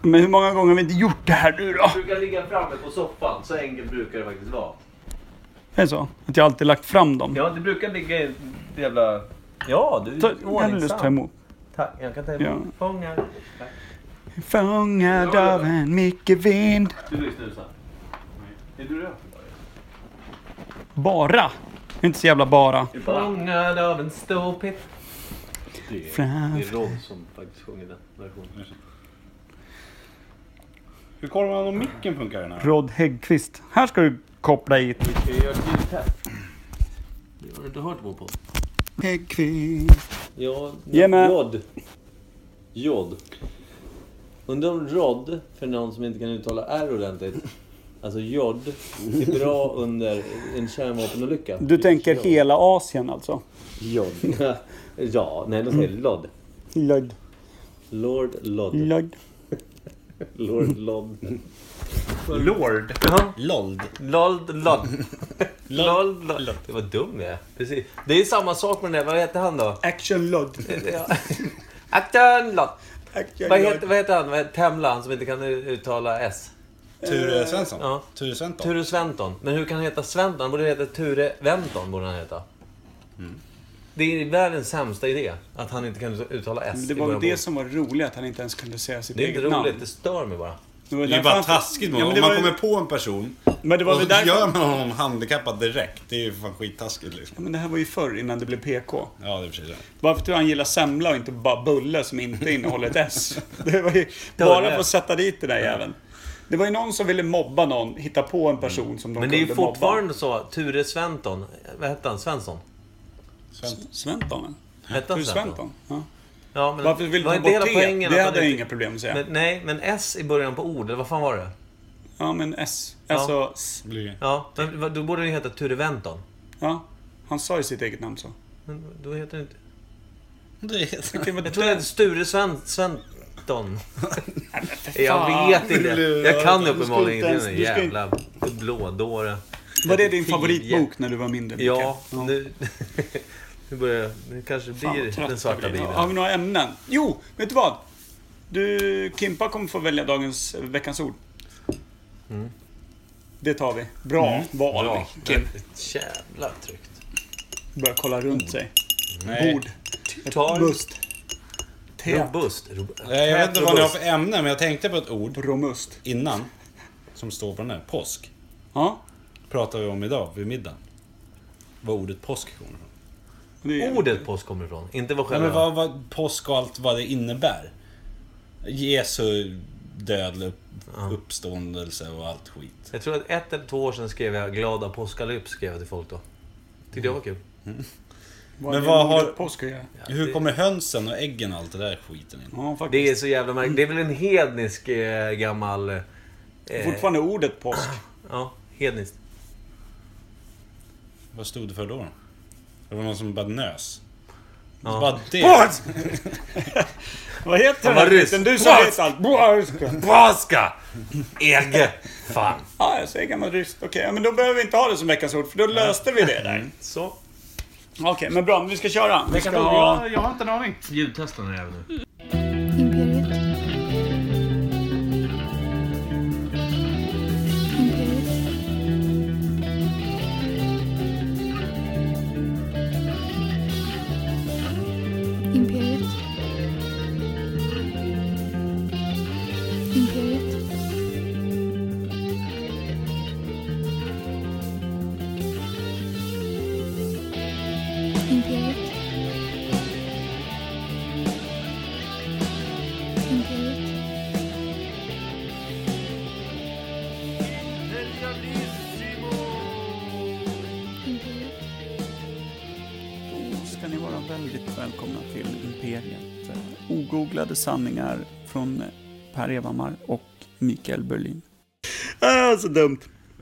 Men hur många gånger har vi inte gjort det här nu då? Jag brukar ligga framme på soffan, så enkelt brukar det faktiskt vara. Är det så? Att jag alltid lagt fram dem? Ja, det brukar ligga i jävla... Ja, du är Jag hade lust att ta emot. Tack, jag kan ta emot. Ja. Fångar. Tack. Fångad av en mycket vind. Du vill snusa? Nej. Är du röd? Bara? Inte så jävla bara. Fångad av en ståpitt. Det är Fram. Rod som faktiskt sjunger den versionen. Hur kollar man om micken funkar den här? Rod Häggkvist. Här ska du koppla hit. Ska jag göra ett ljudtest? Har du inte hört vår podd? Häggkvist. Ja, Ge mig. Jod. Undrar om Rod, för någon som inte kan uttala R ordentligt. Alltså jod är bra under en kärnvapenolycka. Du tänker hela Asien alltså? Jod. Ja, nej, de säger Lod. Lod. Lord Lod. Lod. Lord Lod. Lord. Ja. Lold. Lord Lod. Lord Lod. Det var dum jag. Precis. Det är samma sak med den där. Vad heter han då? Action Lod. Action Lod. Action Vad Lod. heter han? Vad heter Temla, han som inte kan uttala S? Ture Svensson. Ja. Ture Sventon. Ture Sventon. Men hur kan han heta Sventon? Han borde heta Ture Venton, borde han heta. Det är världens sämsta idé att han inte kan uttala S. Det var väl det som var roligt, att han inte ens kunde säga sitt Det är inte eget namn. roligt, det stör mig bara. Det är bara taskigt. Ja, men Om det man var ju- kommer på en person Men det var och väl så därför... gör man honom handikappad direkt. Det är ju fan skittaskigt liksom. Ja, men det här var ju förr, innan det blev PK. Ja, det är precis det. Varför tror han gillar semla och inte bara bulle som inte innehåller ett S? Det var ju bara för att sätta dit det där jäveln. Det var ju någon som ville mobba någon, hitta på en person som de Men det är ju kunde mobba. fortfarande så, Ture Sventon. Vad hette han? Svensson? Sventon? Hette han Ture Sventon? Ja. Ja, men Varför vill du var ta inte bort hela T? poängen Det att hade han jag inte- inga problem att säga. Men, nej, men S i början på ord, eller vad fan var det? Ja, men S. Ja. Alltså, Blir... Ja, men då borde det heta Ture Venton. ja. Han sa ju sitt eget namn så. Men då heter det inte... Det är... Okej, men Jag tror det heter Sture Sventon. Jag fan. vet inte. Jag kan Du uppenbarligen ska inte inte. ens- du ska Jävla blådåre. Var det din favoritbok när du var mindre? Ja, Mikael? nu... Nu kanske det Fan, blir vad trött den svarta jag blir. bibeln. Har vi några ämnen? Jo, vet du vad? Du, Kimpa kommer få välja dagens veckans ord. Det tar vi. Bra val, Bra. Kim. Jävla tryggt. Börjar kolla runt sig. Nej. Bord. Tar- Bust. Te. Robust. Nej, jag vet inte vad ni har för ämne, men jag tänkte på ett ord Romust. innan. Som står på den här. Påsk. Ja. Pratar vi om idag vid middagen. Vad ordet påsk kommer ifrån. Det är, Ordet påsk kommer ifrån. Inte vad Ja, själva... men vad påsk och allt vad det innebär. Jesu död, uppståndelse och allt skit. Jag tror att 1 eller 2 år sedan skrev jag glada påskalyps, skrev jag till folk då. Tyckte jag var kul. vad Men är vad har- ordet påsk att göra? Ja, Hur det- kommer hönsen och äggen och allt det där skiten in? Ja, faktiskt. Det är så jävla märkligt. Det är väl en hednisk gammal... Fortfarande ordet påsk. Ja, hedniskt. Vad stod det för då? Det var någon som bara nös. Ja. Bara det. Påsk! Vad heter Han den var här ryss. skiten? Du som Påsk! vet allt. Påsk! Påska! Ege! Fan. Ja, jag säger gammalt ryskt. Okej, ja, men då behöver vi inte ha det som veckans ord, för då löste vi det där. Så. Okej, men bra, men vi ska köra. Vi ska Veckans ord, ha... jag har inte en aning. Ljudtesta den här även nu. Imperiet. Imperiet. Imperiet. Imperiet. Imperiet. Imperiet. Imperiet. Då ska ni vara väldigt välkomna till Imperiet. Ogooglade sanningar från Per Evhammar och Mikael Berlin. Så dumt.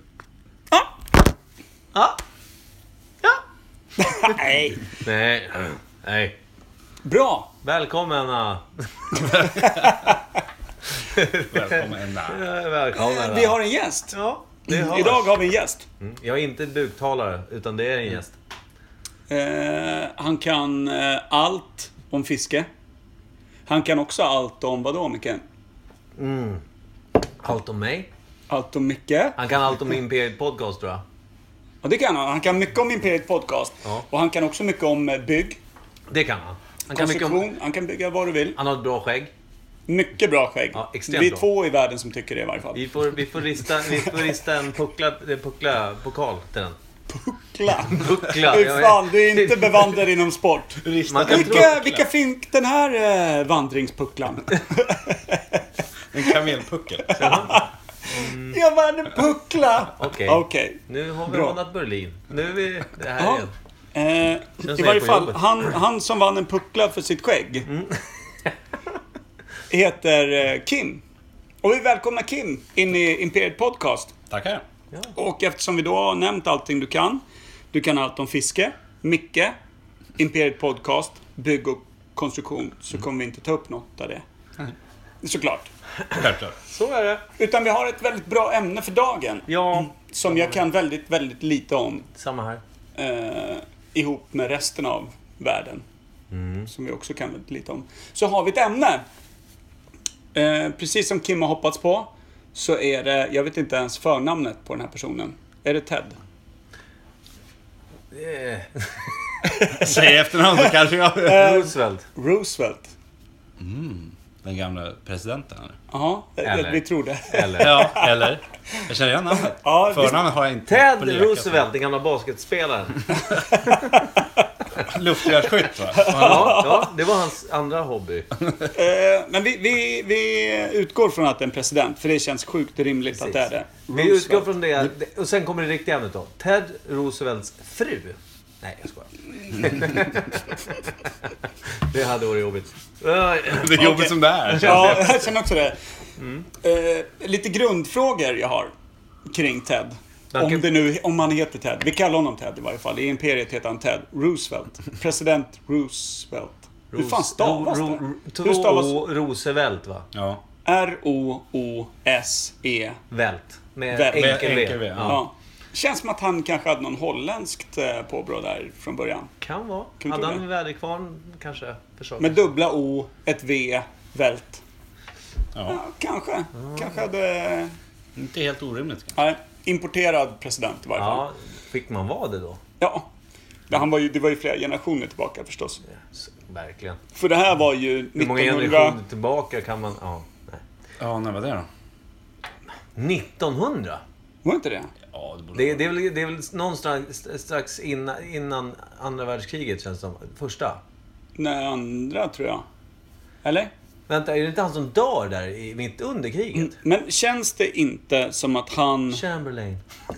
Ja. Nej. Nej. Nej. Bra. Välkomna. Välkommen. Välkomna. Vi har en gäst. Ja, det har Idag har vi en gäst. Jag är inte buktalare, utan det är en gäst. Han kan allt om fiske. Han kan också allt om vadå, Mikael? Allt om mig. Allt om Micke. Han kan allt om Imperiet Podcast, tror jag. Ja, det kan han. Han kan mycket om Imperiet Podcast. Ja. Och han kan också mycket om bygg. Det kan han. Han kan mycket Konstruktion. om... Han kan bygga vad du vill. Han har ett bra skägg. Mycket bra skägg. Ja, extremt Vi är bra. 2 i världen som tycker det i varje fall. Vi får rista en puckla-pokal till den. Puckla. Puckla. Hur fan, du är inte bevandrad inom sport. Man kan Vilka fick den här vandringspucklan? En kamelpuckel. Jag vann en puckla! Okej. Nu har vi Bra. ordnat Berlin. Nu är vi det här Ja. igen. I som varje är på fall, jobbet. han som vann en puckla för sitt skägg heter Kim. Och vi välkomnar Kim in i Imperiet Podcast. Tackar. Och eftersom vi då har nämnt allting du kan allt om fiske, Micke, Imperiet Podcast, bygg och konstruktion, så kommer vi inte ta upp något av det. Såklart. Självklart. Så är det. Utan vi har ett väldigt bra ämne för dagen. Ja, Som jag kan väldigt, väldigt lite om. samma här. Ihop med resten av världen. Som vi också kan väldigt lite om. Så har vi ett ämne. Precis som Kim har hoppats på. Så är det, jag vet inte ens förnamnet på den här personen. Är det Ted? Säg efternamn så kanske jag... Roosevelt. Roosevelt. Den gamla presidenten. Eller? Ja, Eller. vi tror det. Eller? Ja, eller? Jag känner igen namnet. Ja, Förnamnet har jag inte. Ted på leka. Roosevelt, den gamla basketspelaren. Luftgevärsskytt, va? Ja, det var hans andra hobby. Men vi utgår från att det är en president. För det känns sjukt rimligt att det är det. Vi utgår från det. Och sen kommer det riktiga ämnet då. Ted Roosevelts fru. Nej, jag skojar. Det hade varit jobbigt. Det är jobbigt som det är. Ja, jag känner också det. Lite grundfrågor jag har kring Ted. Om han heter Ted. Vi kallar honom Ted i varje fall. I Imperiet heter han Ted Roosevelt. President Roosevelt. Hur fan stavas det? Hur stavas Roosevelt, va? Ja. R-O-O-S-E. Vält. Med Vält. enkel Enkel V. V, Ja. Känns som att han kanske hade någon holländskt påbrå där från början. Kan vara. Kan du Hade tro han det? en väderkvarn kanske? Försökt. Med dubbla O, ett V, vält. Ja. Ja, kanske. Kanske hade... Inte helt orimligt. Nej, importerad president i varje fall. Ja, fick man vara det då? Ja. Det var ju flera generationer tillbaka förstås. Yes, verkligen. För det här var ju Hur många 1900... generationer tillbaka kan man... Ja, nej. Ja, när var det då? 1900? Var inte det? Ja, det borde Det är väl någonstans strax innan andra världskriget, känns det som. Första. Nej, andra tror jag. Eller? Vänta, är det inte han som dör där mitt under kriget? Men känns det inte som att han... Chamberlain.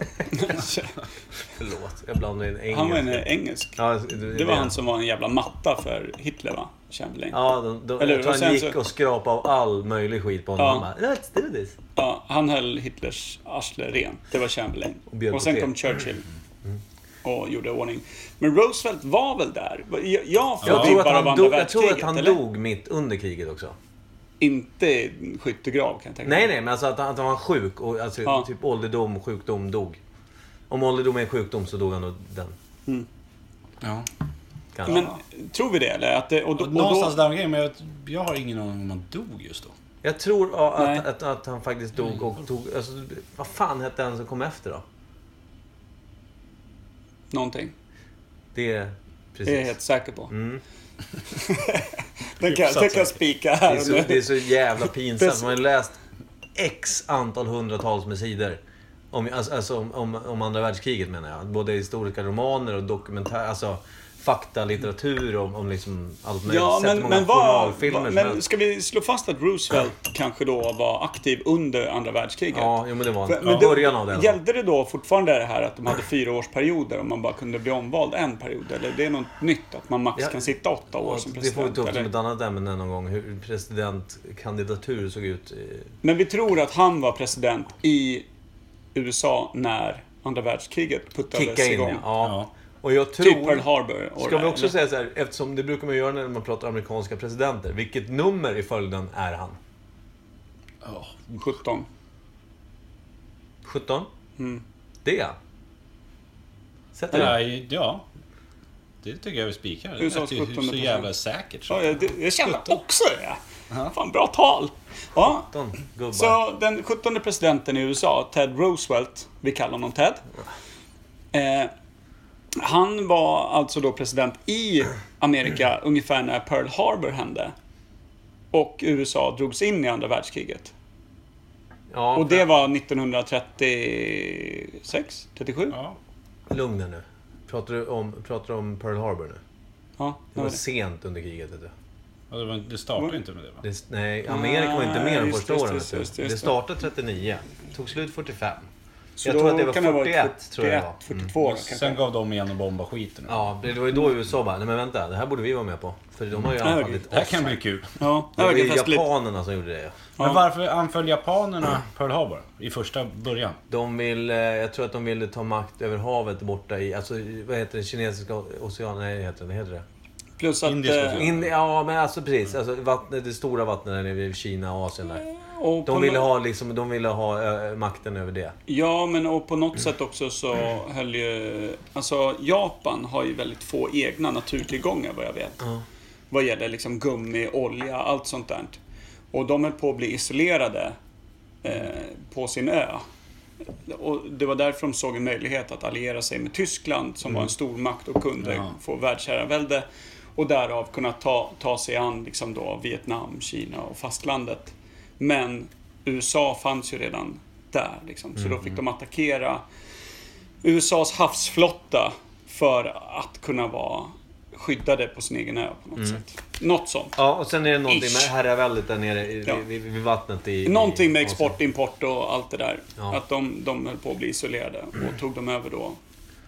Förlåt, jag blandade in engelska. Han var en engelsk. Ja, Det var han som var en jävla matta för Hitler, va? Chamberlain. Ja, Eller, jag tror och sen han gick så- och skrapade av all möjlig skit på honom. Ja. Han bara, let's do this. Ja, han höll Hitlers arsle ren. Det var Chamberlain. bjöd på Och sen te. kom Churchill. Och gjorde ordning. Men Roosevelt var väl där? Jag får Jag tror vibbar av andra jag tror världskriget, att han eller? dog mitt under kriget också. Inte i en skyttegrav, kan jag tänka mig. Nej, men alltså att han var sjuk och alltså, Ja. typ ålderdom, sjukdom, dog. Om ålderdom är en sjukdom så dog han nog den. Ja. Kanske. Men tror vi det, eller? Att det, och Någonstans då, där omkring, men jag har ingen aning om han dog just då. Jag tror Nej. att han faktiskt dog och tog... Alltså, vad fan hette han som kom efter då? någonting. Det är... Det är Precis. jag helt säker på. Mm. Den kan jag spika här och Det är nu. så jävla pinsamt. Man har läst x antal hundratals med sidor. Om andra världskriget, menar jag. Både historiska romaner och dokumentär... Alltså faktalitteratur om liksom allt möjligt. Ja, Sett många journalfilmer som men helst. ska vi slå fast att Roosevelt kanske då var aktiv under andra världskriget? Ja, jo, men det var Men början av det. Gällde det då fortfarande det här att de hade 4-årsperioder och man bara kunde bli omvald en period? Eller det är något nytt att man max Ja, kan sitta 8 år som Det får president? vi ta upp som eller? ett annat ämne någon gång. Hur presidentkandidatur såg ut. Men vi tror att han var president i USA när andra världskriget puttades Kicka in, igång. ja. Och jag tror... Typ Pearl Harbor. Ska vi också säga så här, eftersom det brukar man göra när man pratar amerikanska presidenter. Vilket nummer i följden är han? 17. 17? Mm. Det är han. Sätter du? Nej, ja. Det tycker jag vi spikar. Det USAs är ju 17:e så jävla säkert. Så. Ja, jag kände också det. Fan, bra tal. Ja, Gubbar. så den 17:e presidenten i USA, Ted Roosevelt, vi kallar honom Ted. Han var alltså då president i Amerika ungefär när Pearl Harbor hände. Och USA drogs in i andra världskriget. Ja, Och det var 1936, 37? Ja. lugn nu. Pratar du om Pearl Harbor nu? Ja, Det var sent under kriget, vet du. Ja, det startade inte med det, va? Nej, Amerika var inte med de just första det, åren. just det, vet du. just det. Det startade 39. Tog slut 45. Så Jag tror att det var kan ha varit 41, tror jag det var. 42 kanske. Sen gav de igen och bombade skiten. Ja, det var ju då USA bara, nej men vänta, det här borde vi vara med på. För de har ju anfallit Det här oss. kan bli kul. Ja, Det var ju fast lite. japanerna som gjorde det. Men varför anföll japanerna Pearl Harbor i första början? De vill, jag tror att de ville ta makt över havet borta i, alltså vad heter det, kinesiska oceanen, nej vad heter det? Plus att... Indiska ocean. Ja men alltså precis, alltså vattnet, det stora vattnet där nere i Kina och Asien där. och på De ville ha makten över det. Ja, men och på något sätt också så höll ju... Alltså, Japan har ju väldigt få egna naturtillgångar, vad jag vet. Ja. Vad gäller liksom gummi, olja, allt sånt där. Och de höll på att bli isolerade på sin ö. Och det var därför de såg en möjlighet att alliera sig med Tyskland, som var en stormakt och kunde få världsherravälde. Och därav kunna ta sig an liksom då Vietnam, Kina och fastlandet. Men USA fanns ju redan där. Liksom. Så då fick de attackera USAs havsflotta för att kunna vara skyddade på sin egen ö på något sätt. Något sånt. Ja, och sen är det någonting med Ish. herraväldet där nere vid vattnet i... Någonting med i export, import och allt det där. Ja. Att de höll på att bli isolerade. Och tog de över då.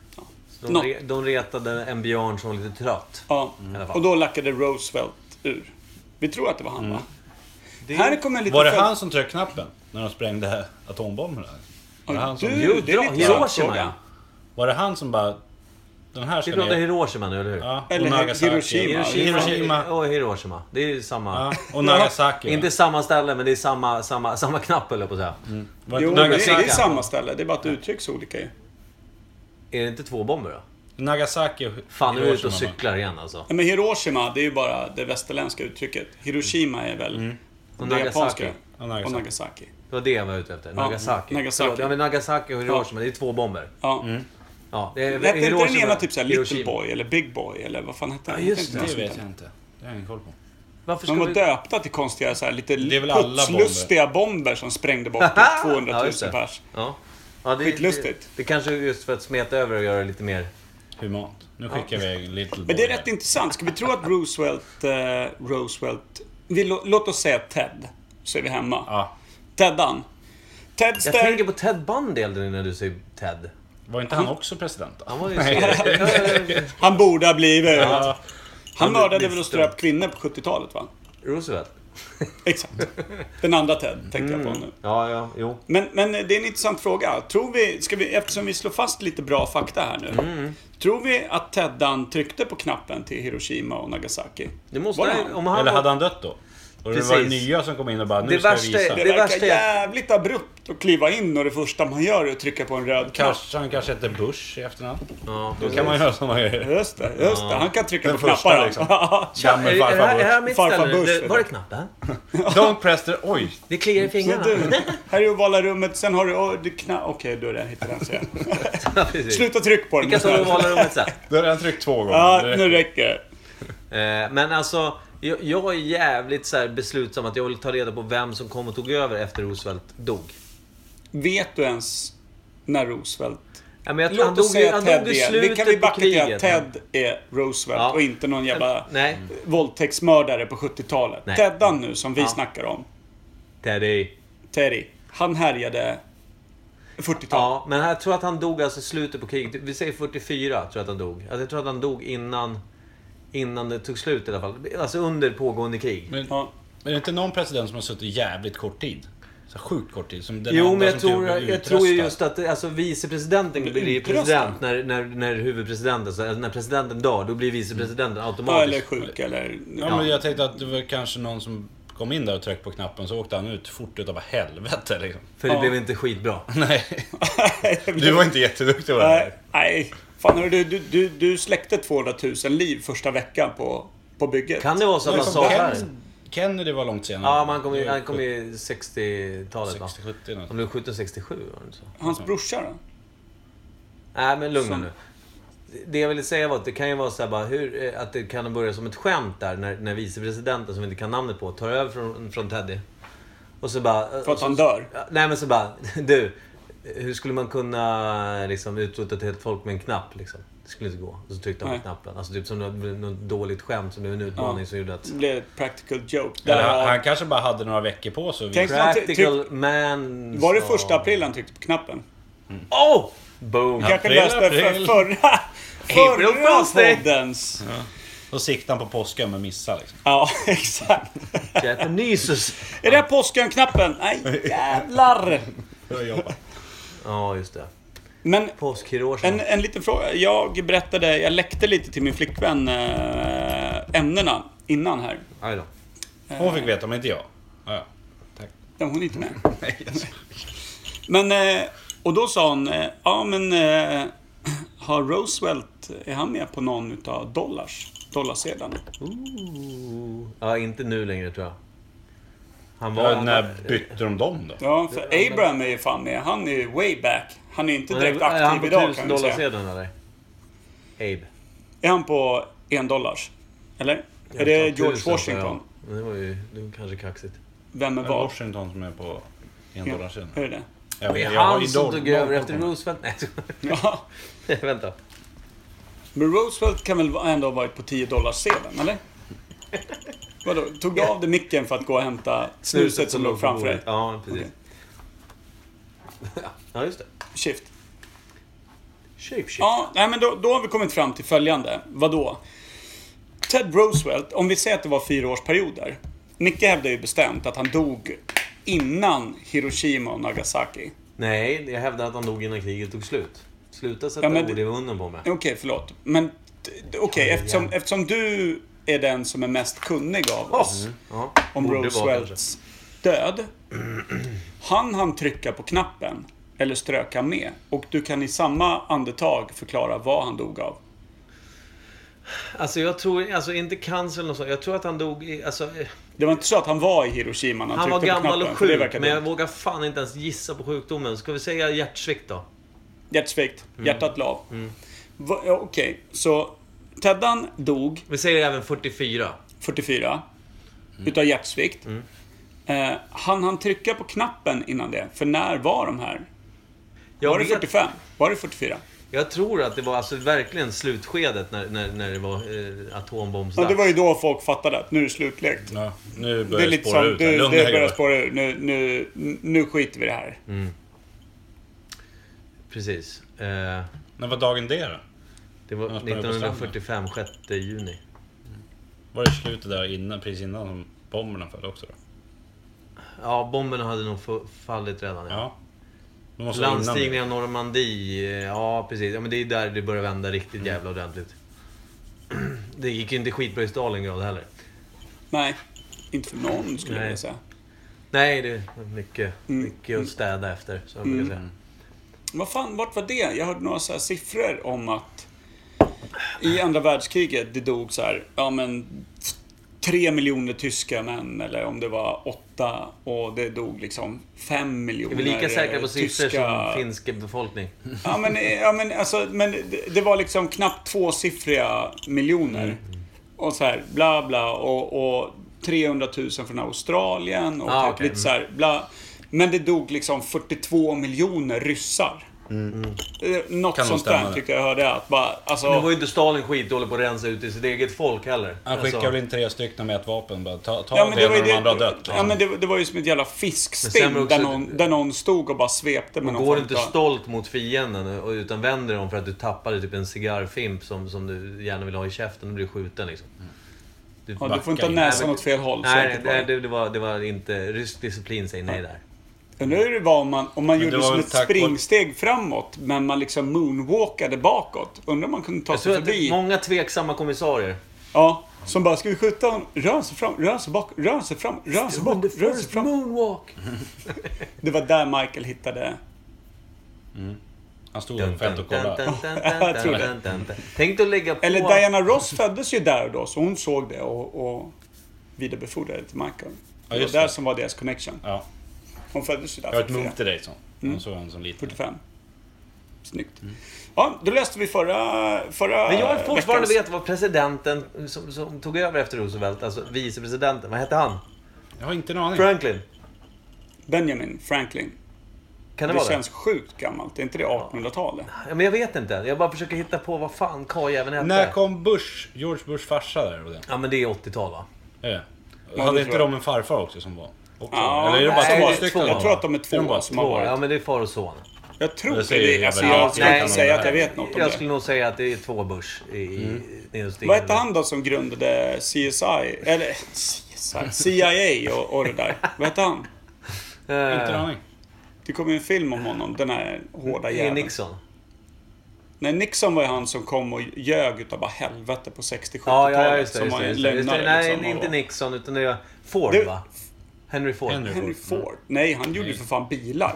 De retade en björn som var lite trött. Ja. alla fall. Och då lackade Roosevelt ur. Vi tror att det var han, va? Här kommer lite Var det följd- han som tryckte knappen när de sprängde atombomberna? Var det han som, Du, det är lite Hiroshima, fråga. ja. var det han som bara... Den här Vi ska pratar ner. Hiroshima nu, eller hur? Ja, Eller och Nagasaki. Hiroshima. Hiroshima. Och Hiroshima. Det är ju samma... Ja, och Nagasaki. Inte samma ställe, men det är samma knapp, eller på att säga. Var Jo, inte men det Nagasaki? är samma ställe. Det är bara att uttrycks olika ju. Är det inte 2 bomber då? Nagasaki och Fan, nu är du ute och Hiroshima, va? cyklar igen alltså. Ja, men Hiroshima, det är ju bara det västerländska uttrycket. Hiroshima är väl Och det Nagasaki. japanska. Och Och Nagasaki. Nagasaki. Det var det jag var ute efter. Nagasaki. Nagasaki. Förlåt, ja, men Nagasaki och Hiroshima, det är 2 bomber. Ja. Ja, det är Hette inte den Hiroshima- ena typ såhär Little Hiroshima. Boy eller Big Boy eller vad fan hette den? Ja, just Hette det. inte Det något vet sånt jag inte. Det har jag ingen koll på. Varför där? ska De var vi... döpta till konstiga så här, lite Det är väl alla putslustiga bomber som sprängde bort 200 Ja, 000 just det. pers. Ja. Ja, Skitlustigt. Det kanske är just för att smeta över och göra det lite mer... Humant. Nu skickar vi en Little Men det är Boy rätt här. intressant. Ska vi tro att Roosevelt låt oss säga Ted, så är vi hemma. Ja. Teddan. Ted Jag Ster... tänker på Ted Bundy när du säger Ted. Var inte han också president då? Han var ju Han borde ha blivit. Ja. Han mördade blev väl och stum. ströp kvinnor på 70-talet, va? Roosevelt. Exakt. Den andra Ted tänkte jag på nu. Ja, jo. Men det är en intressant fråga. Tror vi, eftersom vi slår fast lite bra fakta här nu. Tror vi att Teddan tryckte på knappen till Hiroshima och Nagasaki? Det måste Var det han, han? om han Eller var- hade han dött då? Och det Precis. var nya som kom in och bara, nu Det ska jag värsta visa. är- Det Det verkar värsta är- jävligt abrupt att kliva in och det första man gör är att trycka på en röd knapp. Han kanske heter Bush i efternamn. Ja, Då kan man göra som man gör. Just det. Han kan trycka Den på första, knappar. liksom. Är Gammal det farfar här Bush. mitt Farfar ställe? Bush, Var det knappen? Don't press the... Oj! Det kliar i Så fingrarna. du, här är ovala rummet, sen har du Okej, då är det hittar den sen. Ja, precis. Sluta tryck på den. Vilka står i ovala rummet sen? Då har jag tryckt 2 gånger. Ja, Det- nu räcker det. Men alltså, jag är jävligt så här beslutsam att jag vill ta reda på vem som kom och tog över efter Roosevelt dog. Vet du ens när Roosevelt... Ja, men jag tror Låt oss säga han Ted dog i igen. Vi slutet kan vi på backa till att kriget. Ted är Roosevelt Ja. och inte någon jävla Nej, våldtäktsmördare på 70-talet. Nej. Teddan nu, som vi Ja. snackar om. Teddy. Teddy. Han härjade 40-tal. Ja, men jag tror att han dog alltså i slutet på kriget. Vi säger 44 tror jag att han dog. Alltså, jag tror att han dog innan det tog slut i alla fall. Alltså under pågående krig. Men Ja. är det inte någon president som har suttit jävligt kort tid? Så sjukt kort tid. Som den Jo, enda men som jag blev tror ju utröstad. just att alltså, vicepresidenten blir Utröstad? president när huvudpresidenten, alltså, när presidenten dör, då blir vicepresidenten Ja, automatiskt. eller sjuk eller... Ja, men jag tänkte att det var kanske någon som kom in där och tryckte på knappen, så åkte han ut fort utav helvete liksom. För det blev inte skitbra. Nej, du var inte jätteduktig på det Nej, här. nej. Fan, hörru, du släckte 200 000 liv första veckan på bygget. Kan det vara så att Vad han som sa så här? helst. Kennedy var långt senare. Ja, men han kom i 60-talet, va? 60-70 något. Han blev skjuten 67, var det så? Hans brorsa då? Nej, men lugna Som- nu. Det jag ville säga var att det kan ju vara så här bara att det kan börja som ett skämt där när vicepresidenten, som vi inte kan namnet på, tar över från Teddy. Och så bara... För att han dör? Nej, men så bara... Du, hur skulle man kunna liksom utrota ett helt folk med en knapp liksom? Det skulle inte gå. Och så tryckte han Nej. på knappen. Alltså typ som något dåligt skämt som blev en utmaning som gjorde att... Det blev ett practical joke. Eller, Där han kanske bara hade några veckor på sig. Tänk- Practical man... var det 1 april han tryckte på knappen? Oh! Boom! Kanske April, läste april. förra Fool's Day. poddens. Då siktade han på påsken med missar liksom. Ja, exakt. Japaneses. Är det här påsken-knappen? Nej, jävlar. Ja, just det. Men Påskhirosen. en liten fråga. Jag läckte lite till min flickvän ämnena innan här. Aj då. Hon fick veta, men inte jag. Ja, tack. Ja, hon är inte med. Men, och då sa hon, har Roosevelt, är han med på någon utav dollarsedlarna? Ja, inte nu längre tror jag. Han var... Ja, när bytte de dem då? Ja, för Abraham är ju fan med. Han är ju way back. Han är inte direkt är han aktiv på idag kan vi säga. $1000-sedeln eller? Abe. Är han på $1? Eller? Är det George Washington? Ja. Det var kanske kaxigt. Vem är Det är vad? Washington som är på $1 sedan. Är det det? Ja, Det är jag har han som idol- tog över noll efter på honom. Roosevelt. Nej, Ja. vänta. Men Roosevelt kan väl ändå ha varit på $10-sedeln, eller? Vadå? Tog du av dig micken för att gå och hämta snuset som låg framför dig? Ja, precis. Okej. Ja, just det. Shift. Shapeshift. Ja, nej, men då har vi kommit fram till följande. Vadå? Ted Roosevelt, om vi säger att det var 4-årsperioder. Nicke hävdar ju bestämt att han dog innan Hiroshima och Nagasaki. Nej, jag hävdar att han dog innan kriget tog slut. Sluta sätta Ja, men ord i munnen på mig. Okej, förlåt. Men okej, eftersom du är den som är mest kunnig av oss Ja, om borde vara Roosevelts död. Han trycka på knappen eller strök han med? Och du kan i samma andetag förklara vad han dog av. Alltså jag tror, alltså inte cancer eller något sånt. Jag tror att han dog i, alltså... Det var inte så att han var i Hiroshima när Han var tryckte på gammal knappen, och för det sjuk, verkar men jag dumt. vågar fan inte ens gissa på sjukdomen. Ska vi säga hjärtsvikt då? Hjärtsvikt, hjärtat la av. Ja, okej, så Teddan dog Vi säger även 44. 44 utav hjärtsvikt. Han trycka på knappen innan det? För när var de här? Jag Var det vet- 45? Var det 44? Jag tror att det var alltså verkligen slutskedet när det var Ja, atombombsdags. det var ju då folk fattade att nu är det slutlekt. Ja, nu Det börjar är det lite spåra som, ut. det Lugna börjar er. spåra ur. Nu skiter vi i det här. Precis. När var dagen det då? Det var Han sprang på stranden. 1945, 6 juni. Var det slutet där innan, precis innan som bomberna föll också då? Ja, bomberna hade nog fallit redan. Ja. Ja. Det måste vara innan Landstigning det. av Normandie. Ja, precis. Ja, men det är där det börjar vända riktigt jävla ordentligt. Det gick ju inte skitbra i Stalingrad heller. Nej, inte för någon skulle jag vilja säga. Nej, det är mycket att städa efter, så jag brukar säga. Vad fan, vart var det? Jag hörde några så här siffror om att i andra världskriget det dog så här, 3 miljoner tyska män, eller om det var 8, och det dog liksom 5 miljoner Är vi lika säkra på siffror tyska... som finsk befolkning? Men det var liksom knappt 2-siffriga miljoner. Och så här, bla bla, och 300 000 från Australien och typ okej. lite så här, bla. Men det dog liksom 42 miljoner ryssar. Något Kan nog sånt stämma där det. tyckte jag hörde att bara, alltså... Nu var ju inte Stalin skitdålig på att rensa ut i sitt eget folk heller. Han skickade Alltså, väl in 3 stycken med ett vapen bara. Ta Ja, men det var ju när de andra har dött. Ja, men det var ju som ett jävla Men sen fiskspinn var det där, också- där någon stod och bara svepte med någon går du form inte av- stolt mot fienden utan vänder dig om för att du tappade typ en cigarrfimp som du gärna vill ha i käften och blir skjuten liksom. Du, Ja, du får inte ha Backa in. näsan åt fel håll. nej, säkert var det. det var inte... Rysk disciplin säger nej där. Undrar hur det var om man det gjorde var som väl ett tack springsteg framåt, men man liksom moonwalkade bakåt. Undrar om man kunde ta Jag sig tror att det förbi. är många tveksamma kommissarier. Ja, som bara, ska vi skjuta honom? Rör sig fram, rör sig bak, rör sig fram, rör sig bak, rör sig fram. moonwalk. Det var där Michael hittade... Han stod där fett och kollade. Jag tror det. Tänk dig att lägga på... Eller Diana Ross föddes ju där och då, så hon såg det och vidarebefordrade till Michael. Ja, Det var just där det. som var deras connection. Ja. Hon föddes ju där Jag har ett 44. munk till dig så. Hon såg en som liten. 45. Snyggt. Ja, då läste vi förra Men jag vill fortfarande veckans. veta vad presidenten som tog över efter Roosevelt, alltså vicepresidenten, vad hette han? Jag har inte en aning. Franklin. Benjamin Franklin. Kan det Det vara känns sjukt gammalt. Är inte det 1800-talet? det? Ja, men jag vet inte. Jag bara försöker hitta på vad fan karljäveln hette. När kom George Bush farsa där och det? Ja, men det är 80-tal va? Är det? Ja, Hade det inte tror jag. de en farfar också som var? Också? Ja, Eller är det bara nej, två det är stycken? två. Jag tror att de är Är de två bara som har Två. varit. Ja, men det är far och son. Jag tror Det det. säger Alltså, väl- jag ska nej, inte säga nej. att jag vet något om Jag det. skulle nog säga att det är två Bush i Vad hette han då som grundade CSI? Eller CIA och det där? Vad hette han? Inte en aning. Det kom ju en film om honom, den här hårda Det är jäveln. Nixon. Nej, Nixon var ju han som kom och ljög utav bara helvete på 60-70-talet. Ja, just det. som Just var det, en just det. lögnare. Nej, liksom, inte och- Nixon, utan det är Ford Du- va? Henry Ford. Henry Ford. Nej, han gjorde ju för fan bilar.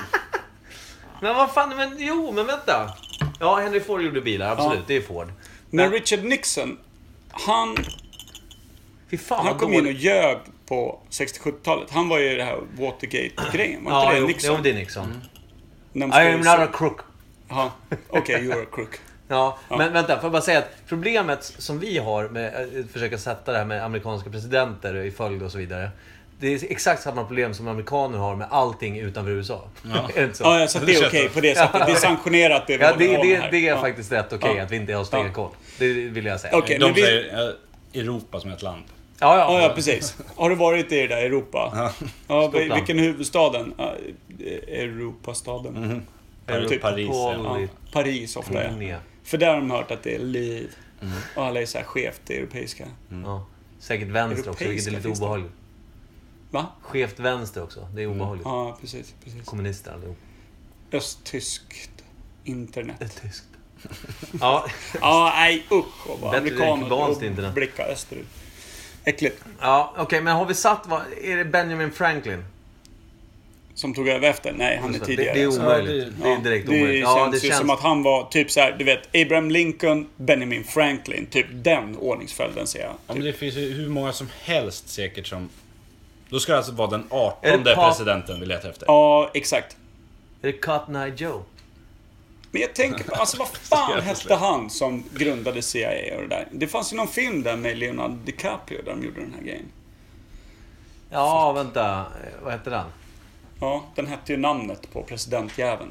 Men vad fan, men vänta. Ja, Henry Ford gjorde bilar, absolut. Ja. Det är Ford. Men Richard Nixon, han Fy fan kom vad in och dåligt. ljög på 60-70-talet. Han var ju det här Watergate-grejen. Var inte Ja, det jo, Nixon? det är Nixon. När de I skulle am så- not a crook. Ja, okej, you're a crook. Ja, men vänta, får jag bara säga att problemet som vi har med att försöka sätta det här med amerikanska presidenter i följd och så vidare. Det är exakt samma problem som amerikaner har med allting utanför USA. Ja. Är det inte så? Ja, så det är okej på det sättet. Det är sanktionerat det vi Ja, håller på med här. det är Ja. faktiskt rätt okej Ja. att vi inte har stenkoll. Det vill jag säga. Okej, men De vi... säger Europa som ett land. Ja, Ja, precis. Har du varit i det där Europa? Ja, Stort land. vilken huvudstaden? Ja, Europastaden. Typ. Paris. Ja. Ja, Paris ofta är. Linje. För där har de hört att det är liv. Och alla är så här skevt europeiska. Ja. Säkert vänster också, vilket är lite finns det. obehagligt. Va? Skevt vänster också, det är obehagligt. Ja, precis. Kommunister allihop. Östtyskt internet. Det är tyskt. Ja, Ja, nej usch. Och bara Bättre än amerikaner kubanskt och internet. blicka österut. Äckligt. ja okej, men har vi satt är det Benjamin Franklin? Som tog över efter? Nej, han är Det tidigare. är alltså. omöjligt. Det är direkt det omöjligt. Ja, känns ju som att han var typ så här, du vet, Abraham Lincoln, Benjamin Franklin. Typ den ordningsföljden ser jag. Ja, men det finns ju hur många som helst säkert som... Då ska det alltså vara den Är 18:e det presidenten vi letar efter. Ja, exakt. Är det Cotton Eye Joe? Men jag tänker på, alltså vad fan hette han som grundade CIA och det där? Det fanns ju någon film där med Leonardo DiCaprio där de gjorde den här grejen. Ja, vänta. Vad heter den? Ja, den hette ju namnet på presidentjäveln.